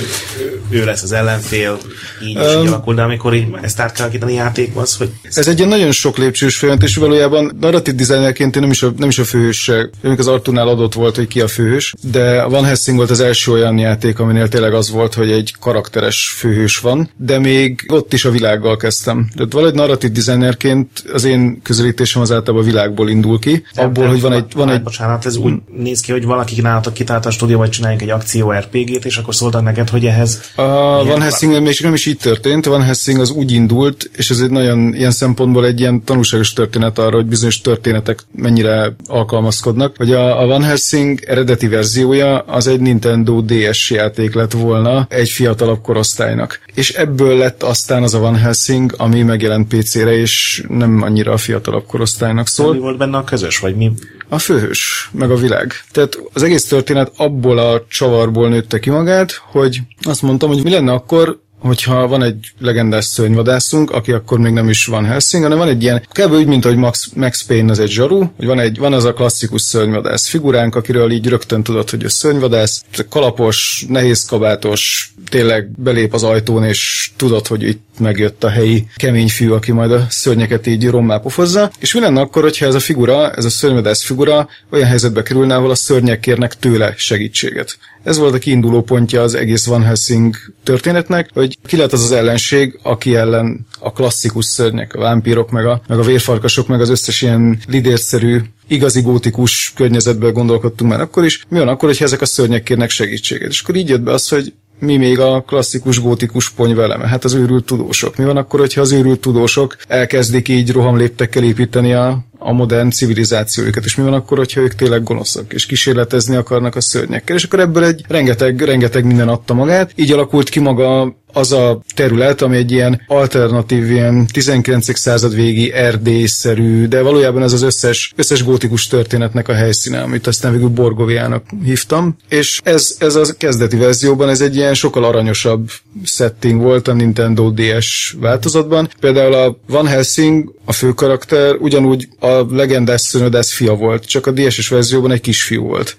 ő lesz az ellenfél, így is így alakul, de amikor így ezt át kell alakítani játékhoz, hogy... Ez egy ilyen nagyon sok lépcsős folyamat, és valójában narratív designerként én nem is a főhős, az Arturnál adott volt, hogy ki a főhős, de a Van Helsing volt az első olyan játék, aminél tényleg az volt, hogy egy karakteres főhős van, de még ott is a világgal kezdtem. Tehát valahogy narratív designerként az én közelítésem az általában a világból indul ki. Abból, hogy van egy... Bocsánat, ez úgy néz ki, hogy valaki nálatok kitált a stúdió, vagy csináljunk egy akció RPG-t, és akkor szóltak neked, hogy ehhez... A Van Helsing még nem is így történt. A Van Helsing az úgy indult, és ez egy nagyon ilyen szempontból egy ilyen tanulságos történet arra, hogy bizonyos történetek mennyire alkalmazkodnak. Hogy a Van Helsing eredeti verziója az egy Nintendo DS játék lett volna egy fiatalabb korosztálynak. És ebből lett aztán az a Van Helsing, ami megjelent PC-re, és nem annyira a fiatalabb korosztálynak szól. Mi volt benne a közös, vagy mi? A főhős, meg a világ. Tehát az egész történet abból a csavarból nőtte ki magát, hogy azt mondtam, hogy mi lenne akkor, hogyha van egy legendás szörnyvadászunk, aki akkor még nem is Van Helsing, hanem van egy ilyen, kb. Úgy, mint hogy Max Payne az egy zsaru, hogy van az a klasszikus szörnyvadász figuránk, akiről így rögtön tudod, hogy ő szörnyvadász, kalapos, nehézkabátos, tényleg belép az ajtón, és tudod, hogy itt megjött a helyi kemény fiú, aki majd a szörnyeket így rommá pofozza. És mi lenne akkor, hogyha ez a figura, ez a szörnyvadász figura olyan helyzetbe kerülne, ahol a szörnyek kérnek tőle segítséget. Ez volt a kiinduló pontja az egész Van Helsing történetnek, hogy ki lehet az ellenség, aki ellen a klasszikus szörnyek, a vámpírok, meg a vérfarkasok, meg az összes ilyen lidérszerű, igazi gótikus környezetből gondolkodtunk már akkor is. Mi van akkor, hogyha ezek a szörnyek kérnek segítséget? És akkor így jött be az, hogy mi még a klasszikus gótikus ponyveleme? Hát az őrült tudósok. Mi van akkor, hogyha az őrült tudósok elkezdik így rohamléptekkel építeni a modern civilizációjukat, és mi van akkor, hogyha ők tényleg gonoszak, és kísérletezni akarnak a szörnyekkel, és akkor ebből egy rengeteg minden adta magát. Így alakult ki maga az a terület, ami egy ilyen alternatív, ilyen 19. század végi erdélyszerű, de valójában ez az összes gótikus történetnek a helyszíne, amit aztán végül Borgoviának hívtam, és ez a kezdeti verzióban ez egy ilyen sokkal aranyosabb setting volt a Nintendo DS változatban. Például a Van Helsing, a főkarakter ugyanúgy a legendás szörnyvadász fia volt, csak a DS-es verzióban egy kisfiú volt.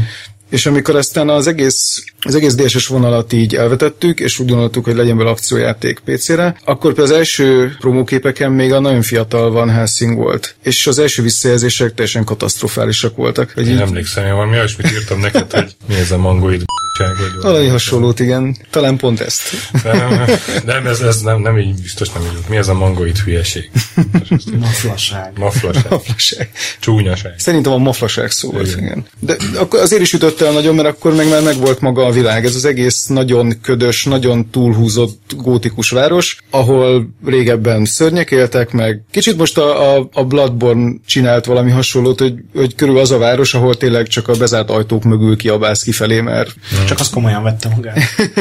És amikor aztán az egész DS-es vonalat így elvetettük, és úgy gondoltuk, hogy legyen belőle akciójáték PC-re, akkor például az első promóképeken még a nagyon fiatal Van Helsing volt. És az első visszajelzések teljesen katasztrofálisak voltak. Én emlékszem, hogy valami olyasmit írtam neked, hogy mi ez a mangoid valami hasonlót, igen. Talán pont ezt. Nem, ez nem így, biztos nem így. Mi ez a mangoid hülyeség? Maflaság. Csúnyaság. Szerintem a maflaság szó volt, igen. De akkor azért is ütött el nagyon, mert akkor meg már megvolt maga a világ. Ez az egész nagyon ködös, nagyon túlhúzott gótikus város, ahol régebben szörnyek éltek, meg kicsit most a Bloodborne csinált valami hasonlót, hogy körül az a város, ahol tényleg csak a bezárt ajtók mögül kiabálsz kifelé, mert Csak az komolyan vette magát.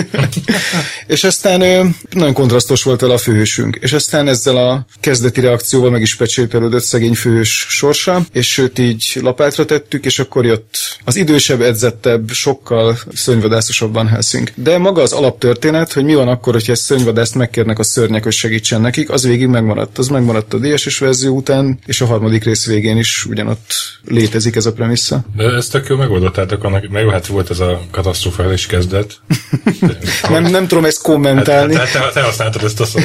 És aztán nagyon kontrasztos volt vele a főhősünk. És aztán ezzel a kezdeti reakcióval meg is pecsételődött szegény főhős sorsa, és őt így lapátra tettük, és akkor jött az idősebb, edzettebb, sokkal szörnyvadászosabb Van Helsing. De maga az alaptörténet, hogy mi van akkor, hogyha egy szörnyvadászt megkérnek a szörnyek, hogy segítsen nekik, az végig megmaradt. Az megmaradt a DSS verzió után, és a harmadik rész végén is ugyanott létezik ez a premissza. De ezt tök jól megoldottátok annak, meg hát volt ez a katasztrofális kezdet. nem tudom ezt kommentálni. Te használtad ezt a szót.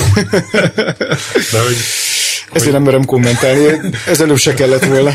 De hogy... Ezért nem merem kommentálni, ez előbb se kellett volna.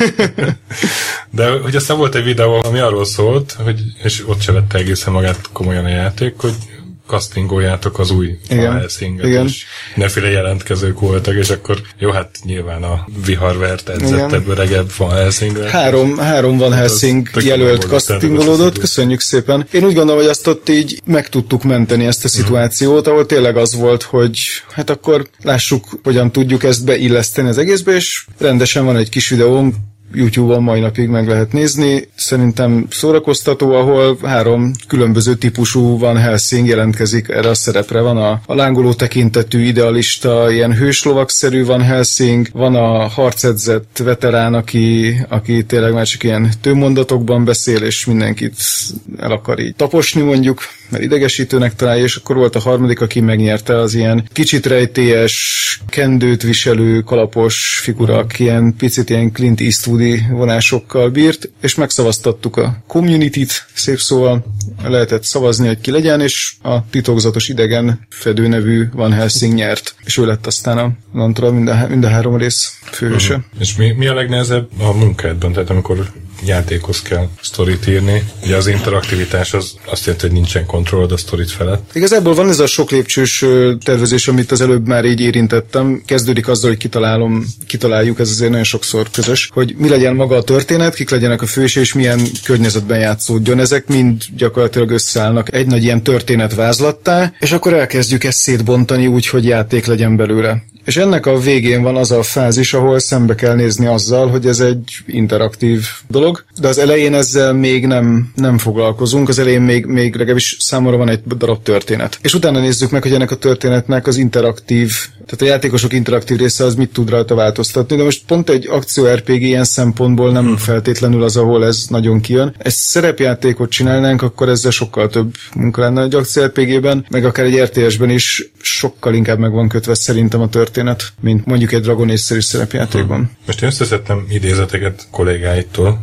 De hogy aztán volt egy videó, ami arról szólt, hogy, és ott se vette egészen magát komolyan a játék, hogy castingoljátok az új Van Helsinget, és mindenféle jelentkezők voltak, és akkor jó, hát nyilván a viharvert, edzettebb, öregebb Van Helsingre. Három Van Helsing jelölt castingolódott, köszönjük szépen. Én úgy gondolom, hogy azt ott így meg tudtuk menteni ezt a szituációt, ahol tényleg az volt, hogy hát akkor lássuk, hogyan tudjuk ezt beilleszteni az egészbe, és rendesen van egy kis videónk, YouTube-on mai napig meg lehet nézni. Szerintem szórakoztató, ahol 3 különböző típusú Van Helsing jelentkezik erre a szerepre. Van a lángoló tekintetű idealista, ilyen hőslovagszerű Van Helsing, van a harcedzett veterán, aki tényleg már csak ilyen tőmondatokban beszél, és mindenkit el akar így taposni mondjuk, mert idegesítőnek találja, és akkor volt a harmadik, aki megnyerte, az ilyen kicsit rejtélyes, kendőt viselő, kalapos figura, aki ilyen picit ilyen Clint Eastwoodi vonásokkal bírt, és megszavaztattuk a community-t, szép szóval lehetett szavazni, hogy ki legyen, és a titokzatos idegen fedő nevű Van Helsing nyert, és ő lett aztán a mind a 3 rész főhőse. És mi a legnehezebb a munkádban? Tehát amikor játékhoz kell sztorit írni. Ugye az interaktivitás az azt jelenti, hogy nincsen kontrollod a sztorit felett. Igazából van ez a sok lépcsős tervezés, amit az előbb már így érintettem. Kezdődik azzal, hogy kitaláljuk, ez azért nagyon sokszor közös, hogy mi legyen maga a történet, kik legyenek a fősé, és milyen környezetben játszódjon. Ezek mind gyakorlatilag összeállnak egy nagy ilyen történetvázlattá, és akkor elkezdjük ezt szétbontani úgy, hogy játék legyen belőle. És ennek a végén van az a fázis, ahol szembe kell nézni azzal, hogy ez egy interaktív dolog, de az elején ezzel még nem foglalkozunk, az elején még legalábbis számomra van egy darab történet. És utána nézzük meg, hogy ennek a történetnek az interaktív, tehát a játékosok interaktív része az mit tud rajta változtatni, de most pont egy akció RPG ilyen szempontból nem feltétlenül az, ahol ez nagyon kijön. Ezt szerepjátékot csinálnánk, akkor ezzel sokkal több munka lenne egy akció RPG-ben, meg akár egy RTS-ben is sokkal inkább meg van kötve szerintem a történet, mint mondjuk egy Dragon Age-szerű szerepjátékban. Most én összeszedtem idézeteket kollégáitól,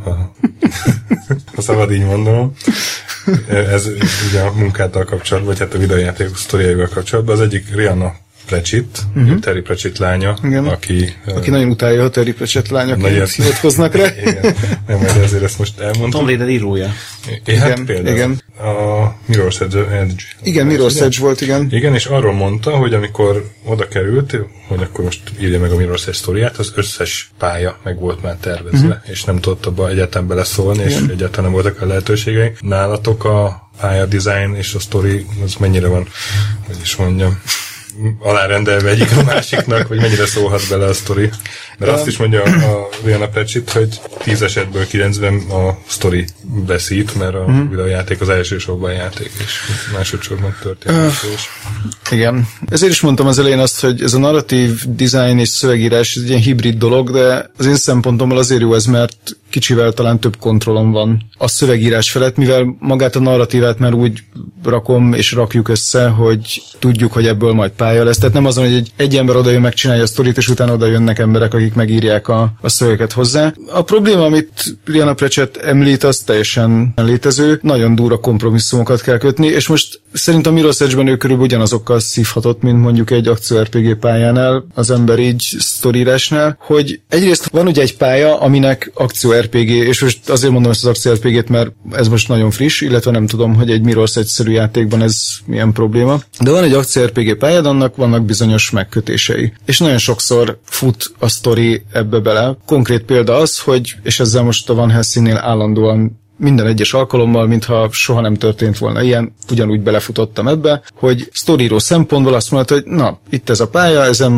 ha szabad így mondom. Ez ugye a munkáttal kapcsolatban, vagy hát a videójáték sztoriaival kapcsolatban. Az egyik Rihanna Pratchett, Terry Pratchett lánya, aki nagyon utálja, a Terry Pratchett lányaként hivatkoznak rá. Igen, nem, majd ezért ezt most elmondtam. Tom Raider írója. Hát például igen. A Mirror's Edge. Igen, Mirror's Edge volt, igen. Igen, és arról mondta, hogy amikor oda került, hogy akkor most írja meg a Mirror's Edge sztoriát, az összes pálya meg volt már tervezve, és nem tudott abba egyáltalán beleszólni, és egyáltalán nem voltak a lehetőségei. Nálatok a pálya design és a sztori, az mennyire van, hogy is mondjam, alárendelve egyik a másiknak, hogy mennyire szólhat bele a sztori. Mert azt is mondja a Rihanna Pratchett, hogy 10 esetből 9-ben a sztori veszít, mert a videójáték az elsősorban játék, és másodszorban történik. Igen. Ezért is mondtam az elején azt, hogy ez a narratív design és szövegírás ez egy ilyen hibrid dolog, de az én szempontomból azért jó ez, mert kicsivel talán több kontrollom van a szövegírás felett, mivel magát a narratívát már úgy rakom és rakjuk össze, hogy tudjuk, hogy ebből majd pálya lesz. Tehát nem azon, hogy egy ember odajön, megcsinálja a sztorit, és utána oda jönnek emberek, akik megírják a szövegeket hozzá. A probléma, amit Rihanna Pratchett említ, az teljesen létező. Nagyon durva kompromisszumokat kell kötni, és most szerintem a Mirror's Edge-ben ő körülbelül ugyanazokkal szívhatott, mint mondjuk egy akció RPG pályánál, az ember így sztorírásnál, hogy egyrészt van ugye egy pálya, aminek akció RPG, és most azért mondom ezt az akció RPG-t, mert ez most nagyon friss, illetve nem tudom, hogy egy Mirror's Edge-szerű játékban ez milyen probléma. De van egy akció RPG pályád, annak vannak bizonyos megkötései. És nagyon sokszor fut a sztori ebbe bele. Konkrét példa az, hogy, és ezzel most a Van Helsingnél állandóan minden egyes alkalommal, mintha soha nem történt volna ilyen, ugyanúgy belefutottam ebbe, hogy sztoríró szempontból azt mondta, hogy na, itt ez a pálya, ezen majd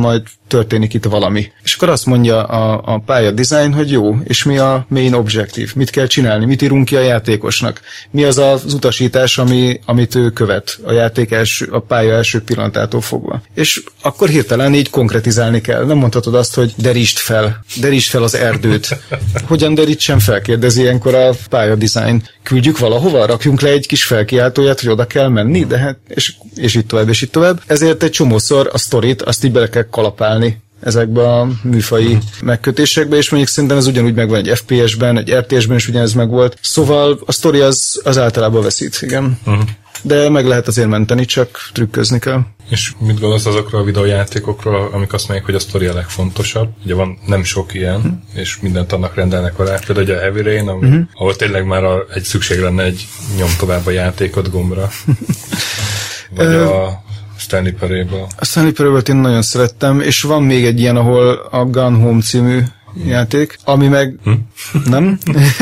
történik itt valami. És akkor azt mondja a pálya design, hogy jó, és mi a main objective, mit kell csinálni, mit írunk ki a játékosnak, mi az az utasítás, amit ő követ a pálya első pillanatától fogva. És akkor hirtelen így konkretizálni kell. Nem mondhatod azt, hogy derítsd fel az erdőt. Hogyan derítsem fel, kérdezi ilyenkor a pálya design. Küldjük valahova, rakjunk le egy kis felkiáltóját, hogy oda kell menni, de hát, és így tovább, és így tovább. Ezért egy csomószor a sztorit azt így bele kell kalapálni ezekbe a műfai megkötésekbe, és mondjuk szerintem ez ugyanúgy megvan egy FPS-ben, egy RTS-ben is ugyanez megvolt. Szóval a sztori az általában veszít, igen. De meg lehet azért menteni, csak trükközni kell. És mit gondolsz azokról a videójátékokról, amik azt mondják, hogy a sztori a legfontosabb? Ugye van nem sok ilyen, és mindent annak rendelnek alá. Például a Heavy Rain, ahol tényleg már egy szükség lenne egy nyom tovább a játékot gombra. Vagy a Stanley Parable. A Stanley Parable-t én nagyon szerettem, és van még egy ilyen, ahol a Gone Home című játék, ami meg... Nem?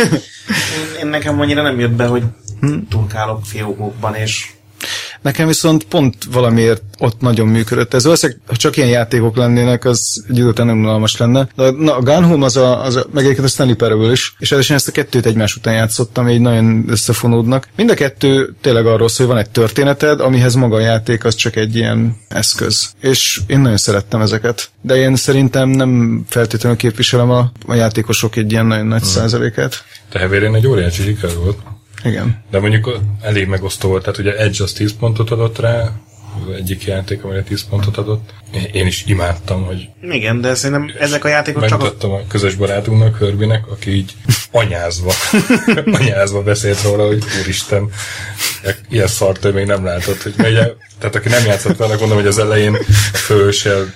Én nekem annyira nem jött be, hogy turkálok fiókokban, és... Nekem viszont pont valamiért ott nagyon működött. Ez valószínűleg, ha csak ilyen játékok lennének, az egy idő után nem unalmas lenne. De a Gone Home meg egyébként a Stanley Parable is, és először ezt a kettőt egymás után játszottam, így nagyon összefonódnak. Mind a kettő tényleg arról szól, hogy van egy történeted, amihez maga a játék az csak egy ilyen eszköz. És én nagyon szerettem ezeket. De én szerintem nem feltétlenül képviselem a játékosok egy ilyen nagyon nagy százalékát. De Heavy Rain egy óriási siker volt. Igen. De mondjuk elég megosztó volt, tehát ugye Edge az 10 pontot adott rá, az egyik játék, amire 10 pontot adott. Én is imádtam, hogy... Igen, de szerintem ezek a játékok csak... Megmutattam a közös barátunknak, Hörbinek, aki így anyázva beszélt róla, hogy úristen, ilyen szart ő még nem látott, hogy ugye, tehát aki nem játszott vele, mondom, hogy az elején a főssel,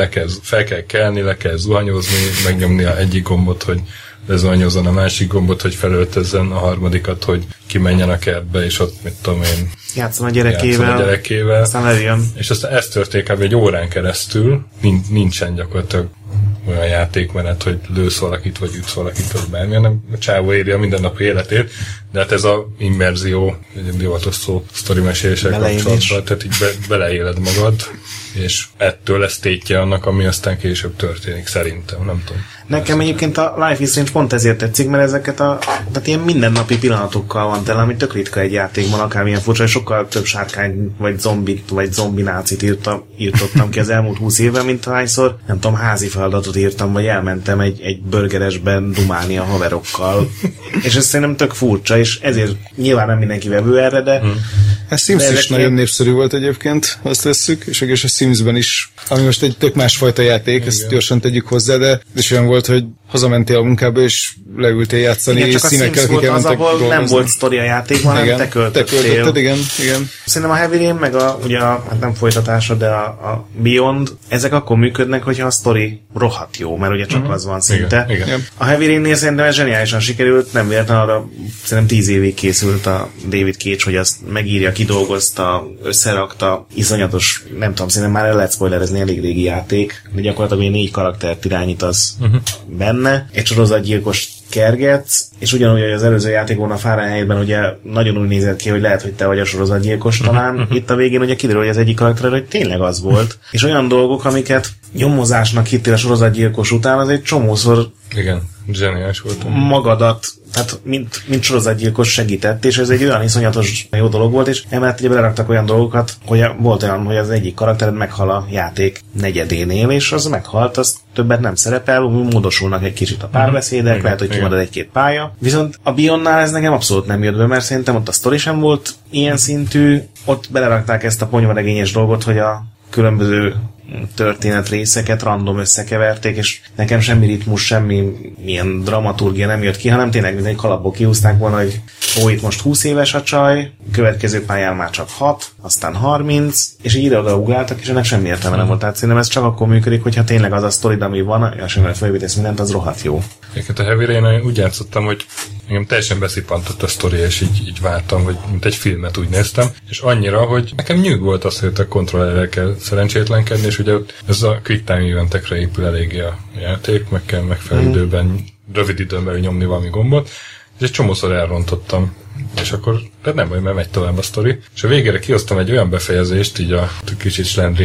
fel kell kelni, le kell zuhanyozni, megnyomni a egyik gombot, hogy lezuhanyozzon a másik gombot, hogy felöltözzen, a harmadikat, hogy kimenjen a kertbe, és ott, mit tudom én, játszom a gyerekével, aztán eljön. És aztán ez történik egy órán keresztül, nincsen gyakorlatilag olyan játékmenet, hogy lősz valakit, vagy ütsz valakit, vagy bármi, hanem a csávó éri a mindennapi életét, de hát ez a immerzió, egy divatos szó sztorimeséléssel kapcsolatban, tehát így beleéled magad, és ettől lesz tétje annak, ami aztán később történik, szerintem, nem tudom. Nekem egyébként a Life is Strange pont ezért tetszik, mert ezeket tehát ilyen mindennapi pillanatokkal van tele, ami tök ritka egy játékban, akármilyen furcsa, és sokkal több sárkány, vagy zombit, vagy zombinácit írtottam ki az elmúlt 20 évben, mint ahányszor, nem tudom, házi feladatot írtam, vagy elmentem egy burgeresben dumálni a haverokkal. És ez szerintem tök furcsa, és ezért nyilván nem mindenki vevő erre, de... A Sims is nagyon népszerű volt egyébként, azt vesszük, és a Simsben is, ami most egy tök másfajta játék, ezt gyorsan tegyük hozzá, de és olyan volt, hogy hazamentél a munkába, és leültél játszani, igen, és színekkel akik elmentek dolgozni. Nem volt sztori a játékban, hanem te költötted. Igen. Szerintem a Heavy Rain, meg hát nem folytatása, de a Beyond, ezek akkor működnek, hogyha a sztori rohadt jó, mert ugye csak az van szinte. Igen. A Heavy Rainnél szerintem ez zseniálisan sikerült, nem véletlen arra szerintem 10 évig készült a David Cage, hogy azt megírja, kidolgozta, összerakta, iszonyatos, nem tudom, szerintem már el lehet spoilerezni, elég régi játék, de gyakorlatilag 4 karaktert irányítasz benne, egy sorozatgyilkos kergetsz, és ugyanúgy, hogy az előző játékon a Fahrenheitben ugye nagyon úgy nézett ki, hogy lehet, hogy te vagy a sorozatgyilkos talán. Itt a végén ugye kiderül, hogy az egyik karakter, hogy tényleg az volt. És olyan dolgok, amiket nyomozásnak hittél a sorozatgyilkos után, az egy csomószor igen, zseniális volt. Magadat, tehát mint sorozatgyilkos segített, és ez egy olyan iszonyatos jó dolog volt, és emellett ugye beleraktak olyan dolgokat, hogy volt olyan, hogy az egyik karaktered meghal a játék negyedénél, és az meghalt, az többet nem szerepel, módosulnak egy kicsit a párbeszédek, lehet, hogy kimarad egy-két pálya. Viszont a Beyondnál ez nekem abszolút nem jött be, mert szerintem ott a sztori sem volt ilyen szintű, ott belerakták ezt a ponyvaregényes dolgot, hogy a különböző történet részeket random összekeverték, és nekem semmi ritmus, semmi milyen dramaturgia nem jött ki, hanem tényleg mint egy kalapból kihúzták volna, hogy itt most 20 éves a csaj, következő pályán már csak 6, aztán 30, és így ide-oda ugráltak, és ennek semmi értelme nem volt. Tehát szerintem ez csak akkor működik, hogyha tényleg az a sztorid, ami van, és amivel felépítesz mindent, az rohadt jó. Egyébként a Heavy Rain úgy játszottam, hogy engem teljesen beszippantott a sztori, és így vártam, hogy mint egy filmet úgy néztem, és annyira, hogy nekem nyűg volt az, hogy a kontrollerrel kell szerencsétlenkedni, és ugye ez a quick time eventekre épül eléggé a játék, meg kell megfelelő időben, rövid időn belül nyomni valami gombot, és egy csomószor elrontottam. És akkor, de nem baj, mert megy tovább a sztori. És a végére kihoztam egy olyan befejezést, így a kicsit slendrián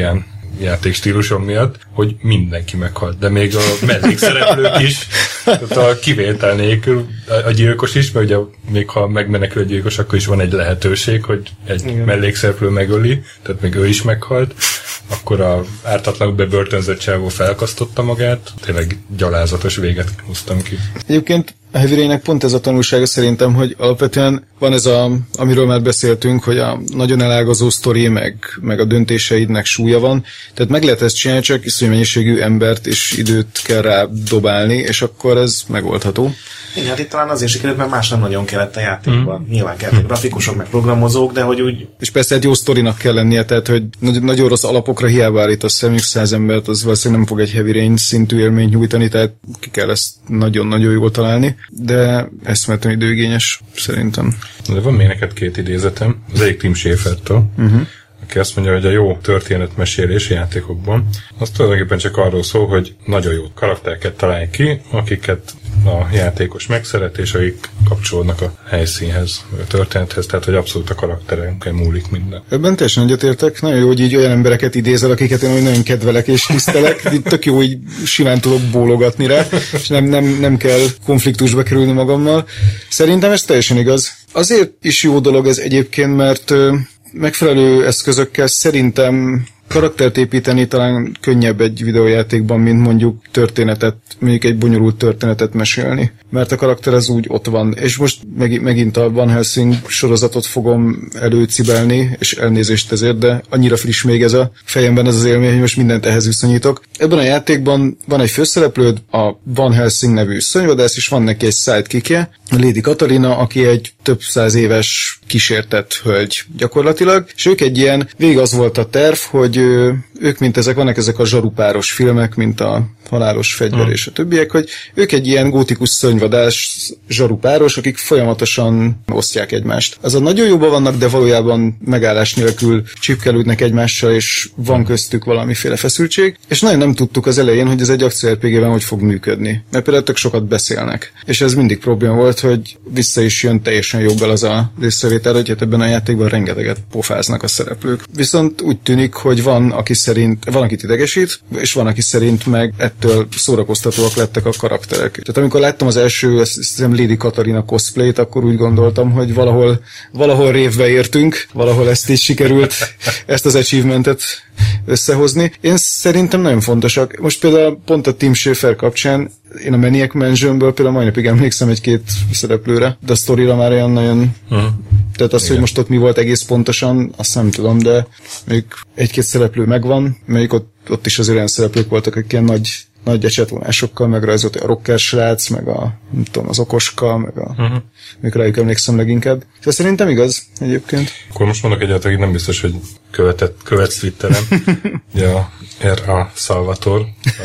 játékstílusom miatt, hogy mindenki meghalt, de még a mellékszereplők is, tehát a kivétel nélkül a gyilkos is, mert ugye még ha megmenekül a gyilkos, akkor is van egy lehetőség, hogy egy mellékszereplő megöli, tehát még ő is meghalt, akkor a ártatlanul bebörtönzött csávó felakasztotta magát, tényleg gyalázatos véget hoztam ki. Egyébként a Heavy Rainnek pont ez a tanulsága szerintem, hogy alapvetően van ez amiről már beszéltünk, hogy a nagyon elágazó sztori, meg a döntéseidnek súlya van, tehát meg lehet ezt csinálni, csak iszonyú mennyiségű embert és időt kell rá dobálni, és akkor ez megoldható. Igen, hát itt talán azért sikerült, mert más nem nagyon kellett a játékban. Nyilván kellettek grafikusok, meg programozók, de hogy úgy... És persze egy jó sztorinak kell lennie, tehát hogy nagyon rossz alapokra hiába állítasz szemük 100 embert, az valószínűleg nem fog egy Heavy Rain szintű élményt nyújtani, tehát ki kell ezt nagyon-nagyon jól találni, de eszméletlenül időigényes szerintem. De van még neked 2 idézetem, az egyik Tim Schafertől, aki azt mondja, hogy a jó történetmesélés játékokban, az tulajdonképpen csak arról szól, hogy nagyon jó karaktereket találj ki, akiket a játékos megszeret, és akik kapcsolódnak a helyszínhez, a történethez, tehát hogy abszolút a karakterenken múlik minden. Ebben teljesen egyetértek. Nagyon jó, hogy így olyan embereket idézel, akiket én nagyon kedvelek és tisztelek. Tök jó, hogy simán tudok bólogatni rá, és nem kell konfliktusba kerülni magammal. Szerintem ez teljesen igaz. Azért is jó dolog ez egyébként, mert megfelelő eszközökkel szerintem karaktert építeni talán könnyebb egy videójátékban, mint mondjuk mondjuk egy bonyolult történetet mesélni. Mert a karakter az úgy ott van. És most megint a Van Helsing sorozatot fogom előcibelni, és elnézést ezért, de annyira friss még ez a fejemben ez az élmény, hogy most mindent ehhez viszonyítok. Ebben a játékban van egy főszereplőd, a Van Helsing nevű szörnyvadász, és van neki egy sidekickje, Lady Katarina, aki egy több 100 éves kísértett hölgy gyakorlatilag, és ők egy ilyen, végig az volt a terv, hogy ők, mint vannak ezek a zsarupáros filmek, mint a Halálos fegyver és a többiek, hogy ők egy ilyen gótikus szörnyvadás zsarupáros, akik folyamatosan osztják egymást. Azon nagyon jóban vannak, de valójában megállás nélkül csipkelődnek egymással, és van köztük valamiféle feszültség, és nagyon nem tudtuk az elején, hogy ez egy akció RPG-ben hogy fog működni. Mert például tök sokat beszélnek. És ez mindig probléma volt, hogy vissza is jön teljesen joggal az a észrevétel, hogy hát ebben a játékban rengeteget pofáznak a szereplők. Viszont úgy tűnik, hogy van, akit idegesít, és van, aki szerint meg ettől szórakoztatóak lettek a karakterek. Tehát amikor láttam az első Lady Katarina cosplayt, akkor úgy gondoltam, hogy valahol révbe értünk, valahol ezt is sikerült, ezt az achievementet összehozni. Én szerintem nagyon fontosak. Most például pont a Tim Schafer kapcsán én a Maniac Mansionből például mai napig emlékszem egy-két szereplőre, de a sztorira már olyan nagyon... Tehát az, hogy most ott mi volt egész pontosan, azt nem tudom, de még egy-két szereplő megvan, melyik ott is azért olyan szereplők voltak, akik ilyen nagy ecsetvonásokkal megrajzolt a rocker srác, meg nem tudom, az okoska, meg még rájuk emlékszem leginkább. És szerintem igaz egyébként. Akkor most mondok egyet, akik nem biztos, hogy követsz Twitteren. Ugye a R.A. Salvatore.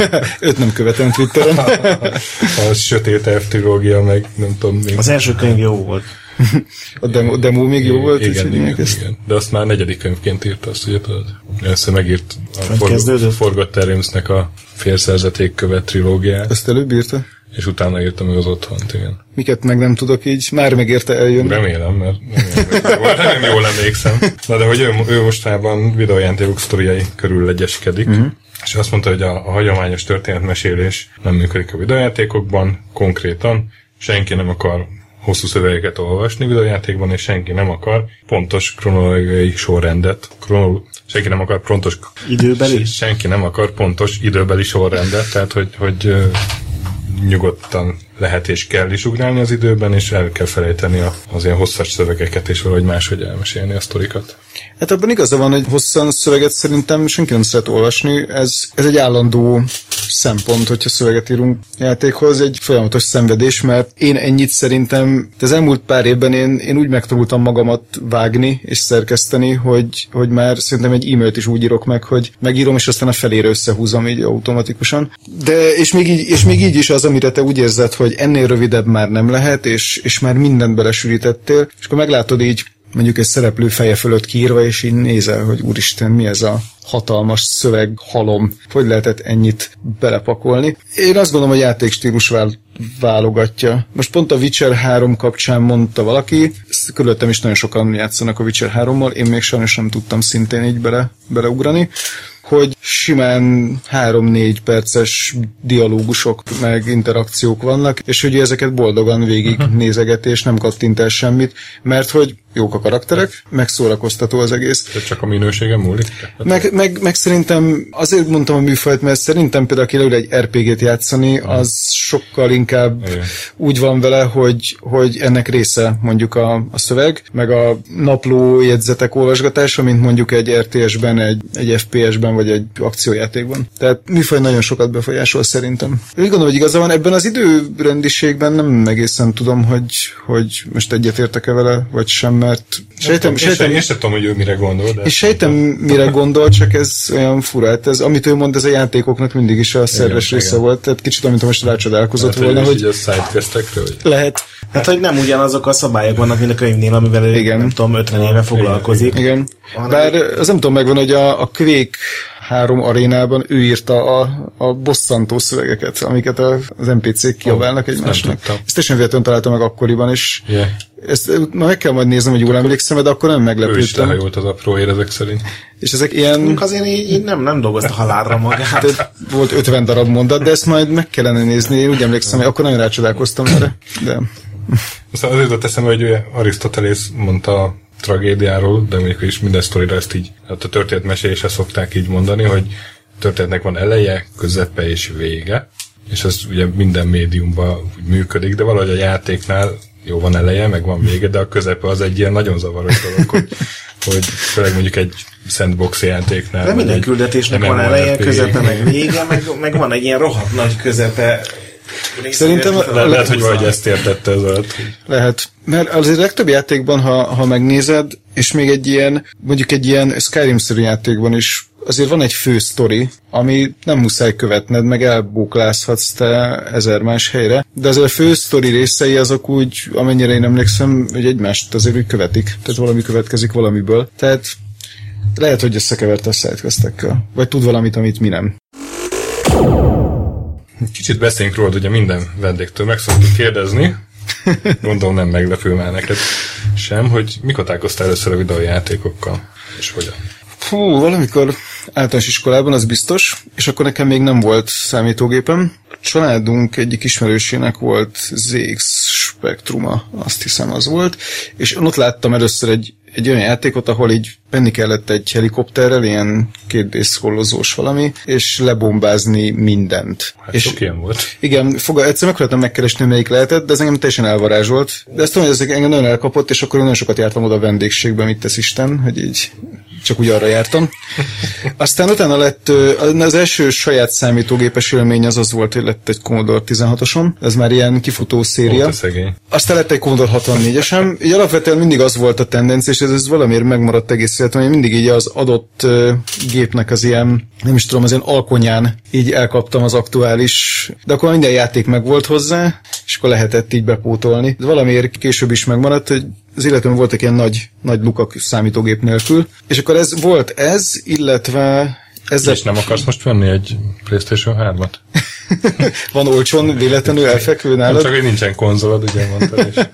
Őt nem követem Twitteren. A Sötét Elf trilógia, meg nem tudom még. Az első könyv jó volt. A demo még jó volt? Igen. De azt már 4. könyvként írta, azt ugye tudod. Először megírt a Forgotten Realms-nek a félszerzeték követ trilógiát. Ezt előbb írta? És utána írta meg az Otthont, igen. Miket meg nem tudok így? Már megérte eljönni? Remélem, mert nem jól emlékszem. Na de hogy ő mostában videójátékok sztoriai körül legyeskedik. És azt mondta, hogy a hagyományos történetmesélés nem működik a videójátékokban, konkrétan senki nem akar hosszú szövegeket olvasni videójátékban, és senki nem akar pontos kronológiai sorrendet. Senki nem akar pontos időbeli? Senki nem akar pontos időbeli sorrendet, tehát hogy nyugodtan lehet és kell is ugrálni az időben, és el kell felejteni az ilyen hosszas szövegeket, és valahogy máshogy elmesélni a sztorikat. Hát abban igaza van, hogy hosszan szöveget szerintem senki nem szeret olvasni. Ez egy állandó szempont, hogyha szöveget írunk játékhoz, egy folyamatos szenvedés, mert én ennyit szerintem, az elmúlt pár évben én úgy megtanultam magamat vágni és szerkeszteni, hogy már szerintem egy e-mailt is úgy írok meg, hogy megírom, és aztán a felére összehúzom így automatikusan. De és még így is az, amire te úgy érzed, hogy ennél rövidebb már nem lehet, és már mindent belesűrítettél, és akkor meglátod így mondjuk egy szereplő feje fölött kiírva, és így nézel, hogy úristen, mi ez a hatalmas szöveghalom, hogy lehetett ennyit belepakolni. Én azt gondolom, hogy játékstílus válogatja. Most pont a Witcher 3 kapcsán mondta valaki, körülöttem is nagyon sokan játszanak a Witcher 3-mal, én még sajnos nem tudtam szintén így beleugrani. hogy simán 3-4 perces dialógusok meg interakciók vannak, és hogy ezeket boldogan végig nézegeti, és nem kattint el semmit, mert hogy jók a karakterek, meg szórakoztató az egész. De csak a minősége múlik? Meg szerintem, azért mondtam a műfajt, mert szerintem például aki leül egy RPG-t játszani, az sokkal inkább úgy van vele, hogy ennek része mondjuk a szöveg, meg a napló jegyzetek olvasgatása, mint mondjuk egy RTS-ben, egy FPS-ben, vagy egy akciójátékban. Tehát műfaj nagyon sokat befolyásol szerintem. Úgy gondolom, hogy igaza van, ebben az időrendiségben nem egészen tudom, hogy most egyetértek-e vele, vagy sem, mert sejtem, én sem tudom, hogy ő mire gondol. De és sejtem, mire gondol, csak ez olyan fura. Hát ez, amit ő mond, ez a játékoknak mindig is a szerves része volt. Tehát kicsit, amit most rácsodálkozott volna, hogy... Így a sidequestekre, vagy... Lehet. Hát, hogy nem ugyanazok a szabályok vannak, mint a könyvnél, amivel ő, nem tudom, 50 éve foglalkozik. Igen. Bár az nem tudom, megvan, hogy a Quake 3 arénában ő írta a bosszantó szövegeket, amiket az NPC-k kiabálnak egymásnak. Ezt teljesen véletlenül találtam meg akkoriban is. Yeah. Ezt meg kell majd néznem, hogy jól emlékszem, de akkor nem meglepődtem. Ő is lehajolt az apróért ezek szerint. És ezek ilyen... Azért így nem dolgozta halálra magát. Volt 50 darab mondat, de ezt majd meg kellene nézni. Én úgy emlékszem, hogy akkor nagyon rácsodálkoztam erre. De... Aztán azért jutott eszembe, hogy Arisztotelész mondta a tragédiáról, de mondjuk is minden sztorira ezt így, a történetmesélésre szokták így mondani, hogy történetnek van eleje, közepe és vége, és ez ugye minden médiumban működik, de valahogy a játéknál jó, van eleje, meg van vége, de a közepe az egy ilyen nagyon zavaros dolog, hogy főleg mondjuk egy sandbox játéknál. De minden küldetésnek van eleje, közepe, meg vége, meg van egy ilyen rohadt nagy közepe. Szerintem lehet, hogy valahogy ezt értette ez alatt. Lehet. Mert azért legtöbb játékban, ha megnézed, és még egy ilyen, mondjuk egy ilyen Skyrim-szerű játékban is azért van egy fő sztori, ami nem muszáj követned, meg elbóklázhatsz te 1000 más helyre, de azért a fő sztori részei azok úgy, amennyire én emlékszem, hogy egymást azért úgy követik. Tehát valami következik valamiből. Tehát lehet, hogy összekeverte a sidequestekkel. Vagy tud valamit, amit mi nem. Kicsit beszéljünk rólad, ugye minden vendégtől meg szoktuk kérdezni, gondolom nem meglepő már neked sem, hogy mikor találkoztál először a videójátékokkal, és hogyan? Fú, valamikor általános iskolában, az biztos, és akkor nekem még nem volt számítógépem. A családunk egyik ismerősének volt ZX Spectruma, azt hiszem az volt, és ott láttam először egy olyan játékot, ahol így menni kellett egy helikopterrel, ilyen 2D scrollozós valami, és lebombázni mindent. Hát és sok ilyen volt. Igen, egyszer megpróbáltam megkeresni, melyik lehetett, de ez engem teljesen elvarázsolt. De ezt tudom, hogy ez engem nagyon elkapott, és akkor nagyon sokat jártam oda a vendégségbe, mit tesz Isten, hogy így csak úgy arra jártam. Aztán utána lett, az első saját számítógépes élmény az volt, hogy lett egy Commodore 16-osom, ez már ilyen kifutó széria. Aztán lett egy Commodore 64-esem, így alapvetően mindig az volt a tendencia, és ez valamiért megmaradt egész életem, hogy mindig így az adott gépnek az ilyen, nem is tudom, az ilyen alkonyán így elkaptam az aktuális, de akkor minden játék meg volt hozzá, és akkor lehetett így bepótolni. De valamiért később is megmaradt, hogy az életemben voltak ilyen nagy lukak számítógép nélkül, és akkor ez volt illetve ezzel... És nem akarsz most venni egy PlayStation 3-at? Van olcsón véletlenül elfekvő nálad? Csak, hogy nincsen konzolod, ugye mondtad is.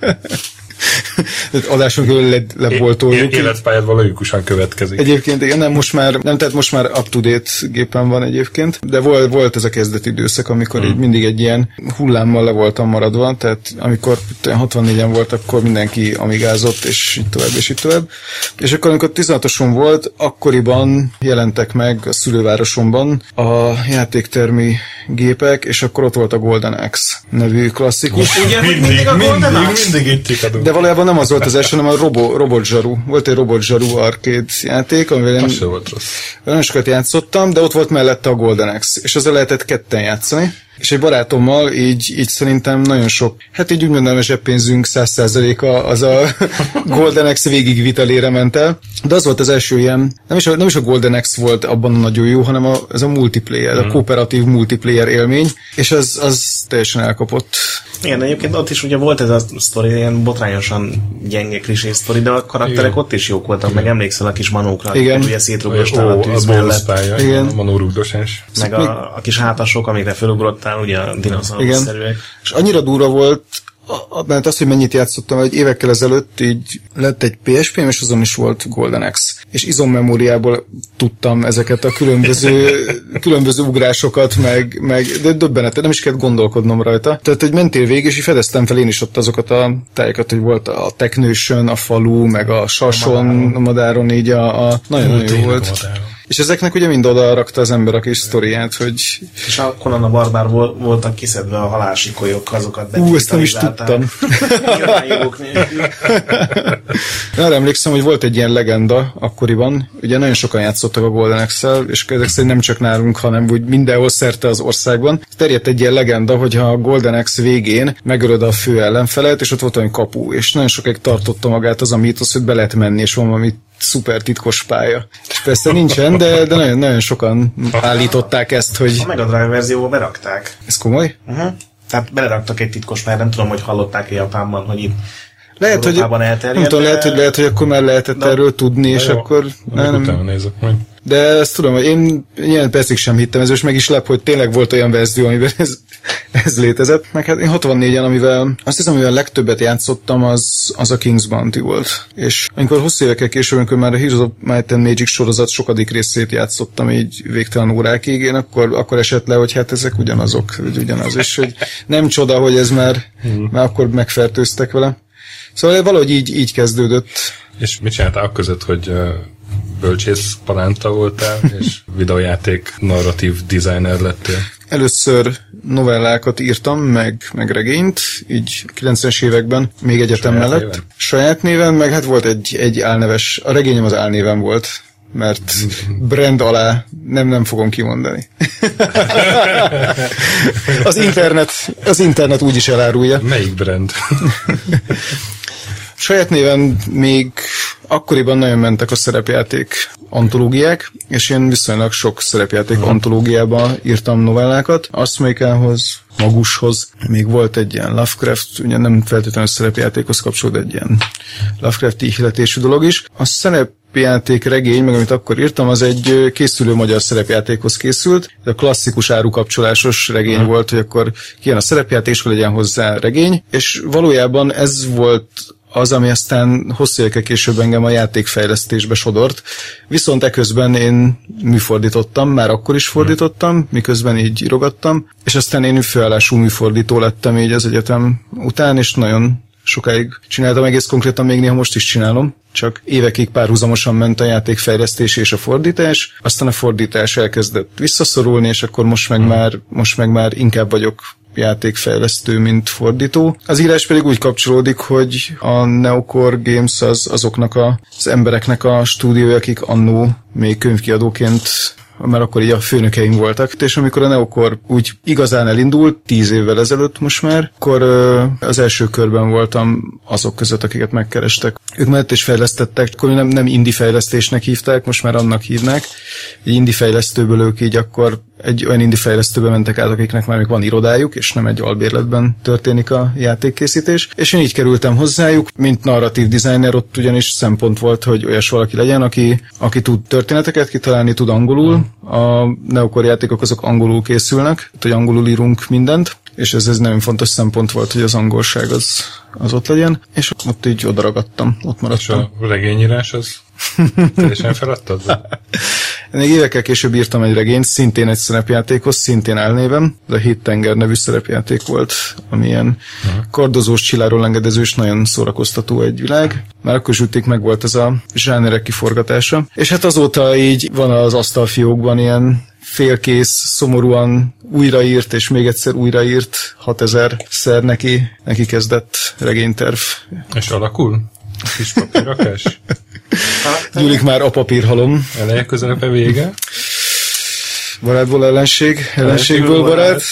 Adásunkról leboltoljuk. Életpályád valójikusan következik. Egyébként igen, tehát most már up-to-date gépen van egyébként, de volt ez a kezdeti időszak, amikor így mindig egy ilyen hullámmal le voltam maradva, tehát amikor 64-en volt, akkor mindenki amigázott, és így tovább, és így tovább. És akkor, amikor 16-oson volt, akkoriban jelentek meg a szülővárosomban a játéktermi gépek, és akkor ott volt a Golden Axe nevű klasszikus. Ugye, mindig a Golden Axe? Mindig itt cikadunk. De valójában nem az volt az első, hanem a Robot Zsaru. Volt egy Robot Zsaru arcade játék, amivel én nagyon sokat játszottam, de ott volt mellette a Golden Axe, és ezzel lehetett ketten játszani. És egy barátommal így szerintem nagyon sok, hát így úgy mondanám, a zseppénzünk 100%-a az a Golden Axe végigvitelére ment el. De az volt az első ilyen, nem is a Golden Axe volt abban nagyon jó, hanem ez a multiplayer, a kooperatív multiplayer élmény, és az teljesen elkapott. Igen, egyébként ott is ugye volt ez a sztori, ilyen botrányosan gyenge klisé sztori, de a karakterek ott is jók voltak, meg emlékszel a kis manókra, igen. Ugye szétrugostál a tűz mellett. Igen. A manórugdosás. Meg a kis hátasok, amikre felugrottál, ugye a dinoszaurusz-szerűek. És annyira durva volt mert az, hogy mennyit játszottam, hogy évekkel ezelőtt így lett egy PSP-m, és azon is volt Golden Axe. És izommemóriából tudtam ezeket a különböző ugrásokat, de döbbenet, nem is kellett gondolkodnom rajta. Tehát, hogy mentél végig, és így fedeztem fel én is ott azokat a tájakat, hogy volt a Teknősön, a falu, meg a Sason, a Madáron, így nagyon jó volt. És ezeknek ugye mind oda rakta az ember a kis sztoriát, hogy... És a Conan a Barbár voltak kiszedve a halálsikolyok, azokat ezt nem is tudtam. Arra emlékszem, hogy volt egy ilyen legenda akkoriban, ugye nagyon sokan játszottak a Golden Axe-szel, és ezek szerint nem csak nálunk, hanem úgy mindenhol szerte az országban. Terjedt egy ilyen legenda, hogy ha a Golden Axe végén megölöd a fő ellenfelet, és ott volt olyan kapu, és nagyon sokáig tartotta magát az a mítosz, hogy be lehet menni, és van valami szuper titkos pálya. És persze nincsen, de nagyon, nagyon sokan állították ezt, hogy... A Mega Drive verzióba berakták. Ez komoly? Tehát beleraktak egy titkos pályát, nem tudom, hogy hallották-e Japánban, hogy itt lehet, Európában elterjedt. Nem tudom, lehet, hogy akkor már lehetett erről tudni, és jó, akkor... Utána nézek majd. De ezt tudom, hogy én ilyen percig sem hittem, ez meg is lep, hogy tényleg volt olyan verzió, amiben ez létezett. Meg hát én 64-en, amivel legtöbbet játszottam, az a King's Bounty volt. És amikor hosszú évekkel később, amikor már a Heroes of Might and Magic sorozat sokadik részét játszottam így végtelen órákig, én akkor esett le, hogy hát ezek ugyanazok, vagy ugyanaz, és hogy nem csoda, hogy ez már akkor megfertőztek vele. Szóval valahogy így kezdődött. És mit csináltál között, hogy bölcsész palánta voltál, és videójáték narratív designer lettél? Először novellákat írtam, meg regényt, így 90-es években, még egyetem mellett. Néven? Saját néven, meg hát volt egy álneves, a regényem az álnéven volt, mert brand alá nem fogom kimondani. Az internet úgyis elárulja. Melyik brand? Saját néven még akkoriban nagyon mentek a szerepjáték antológiák, és én viszonylag sok szerepjáték antológiában írtam novellákat. Aszmékához, Magushoz, még volt egy ilyen Lovecraft, ugye nem feltétlenül szerepjátékhoz kapcsolód egy ilyen Lovecrafti ihletésű dolog is. A szerepjáték regény, meg amit akkor írtam, az egy készülő magyar szerepjátékhoz készült. A klasszikus árukapcsolásos regény volt, hogy akkor kijön a szerepjáték, és legyen hozzá regény, és valójában ez volt az, ami aztán hosszú évekkel később engem a játékfejlesztésbe sodort. Viszont eközben én műfordítottam, már akkor is fordítottam, miközben így írogattam, és aztán én főállású műfordító lettem így az egyetem után, és nagyon sokáig csináltam, egész konkrétan még néha most is csinálom, csak évekig párhuzamosan ment a játékfejlesztés és a fordítás, aztán a fordítás elkezdett visszaszorulni, és akkor most meg már inkább vagyok játékfejlesztő, mint fordító. Az írás pedig úgy kapcsolódik, hogy a Neocore Games azoknak az embereknek a stúdiója, akik annó még könyvkiadóként, mert akkor így a főnökeim voltak. És amikor a Neocore úgy igazán elindult, 10 évvel ezelőtt most már, akkor az első körben voltam azok között, akiket megkerestek. Ők mellett is fejlesztettek, akkor nem indie fejlesztésnek hívták, most már annak hívnák. Egy indie fejlesztőből ők így akkor egy olyan indie fejlesztőbe mentek át, akiknek már még van irodájuk, és nem egy albérletben történik a játékkészítés. És én így kerültem hozzájuk, mint narratív designer, ott ugyanis szempont volt, hogy olyas valaki legyen, aki tud történeteket kitalálni, tud angolul. A Neocore játékok azok angolul készülnek, hogy angolul írunk mindent, és ez nagyon fontos szempont volt, hogy az angolság az ott legyen, és ott így odaragadtam, ott maradtam. És a regényírás az teljesen feladtad? Még évekkel később írtam egy regényt, szintén egy szerepjátékhoz, szintén álnévem, de a 7 tenger nevű szerepjáték volt, ami ilyen kardozós, csilláról engedezős, nagyon szórakoztató egy világ. Már akkor zsűtik meg volt ez a zsánerek kiforgatása. És hát azóta így van az asztalfiókban ilyen félkész, szomorúan újraírt, és még egyszer újraírt 6000-szer neki kezdett regényterv. És alakul? Kis papírrakás? Gyűlik már a papírhalom. Eleje, közelepe, vége? Barátból ellenségből barát.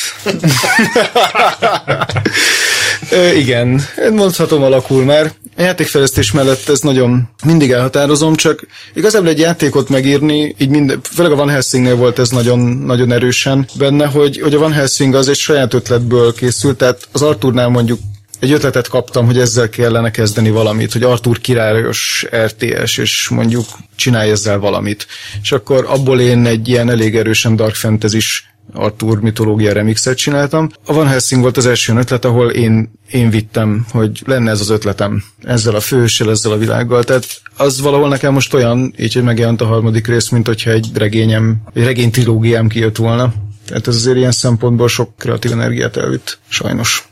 Igen, mondhatom, alakul már. A játékfejlesztés mellett ez nagyon mindig elhatározom, csak igazából egy játékot megírni, így főleg a Van Helsingnél volt ez nagyon, nagyon erősen benne, hogy a Van Helsing az egy saját ötletből készült, tehát az Artúrnál mondjuk egy ötletet kaptam, hogy ezzel kellene kezdeni valamit, hogy Artúr királyos RTS, és mondjuk csinálj ezzel valamit. És akkor abból én egy ilyen elég erősen dark fantasy-s Arthur mitológia remixet csináltam. A Van Helsing volt az első ötlet, ahol én vittem, hogy lenne ez az ötletem ezzel a főssel, ezzel a világgal. Tehát az valahol nekem most olyan, így, hogy megjelent a harmadik rész, mint hogyha egy regény trilógiám kijött volna. Tehát ez azért ilyen szempontból sok kreatív energiát elvitt, sajnos.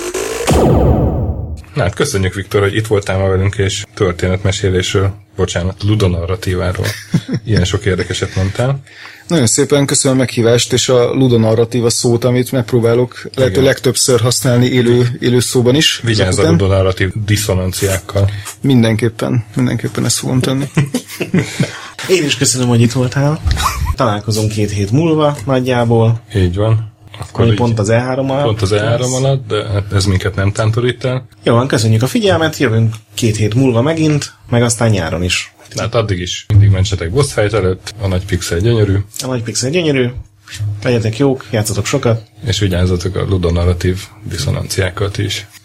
Na hát köszönjük, Viktor, hogy itt voltál ma velünk, és történetmesélésről, ludonarratíváról ilyen sok érdekeset mondtál. Nagyon szépen köszönöm a meghívást, és a ludonarratíva szót, amit megpróbálok lehető legtöbbször használni élő szóban is. Vigyázz a ludonarratív diszonanciákkal. Mindenképpen ezt fogom tenni. Én is köszönöm, hogy itt voltál. Találkozunk 2 hét múlva nagyjából. Így van. Akkor pont az E3 alatt. Pont az E3 alatt, de hát ez minket nem tántorít el. Jó van, köszönjük a figyelmet, jövünk 2 hét múlva megint, meg aztán nyáron is. Hát addig is mindig mentsetek boss fight előtt, a nagy pixel gyönyörű. A nagy pixel gyönyörű, legyetek jók, játszatok sokat. És vigyázzatok a ludonarratív diszonanciákat is.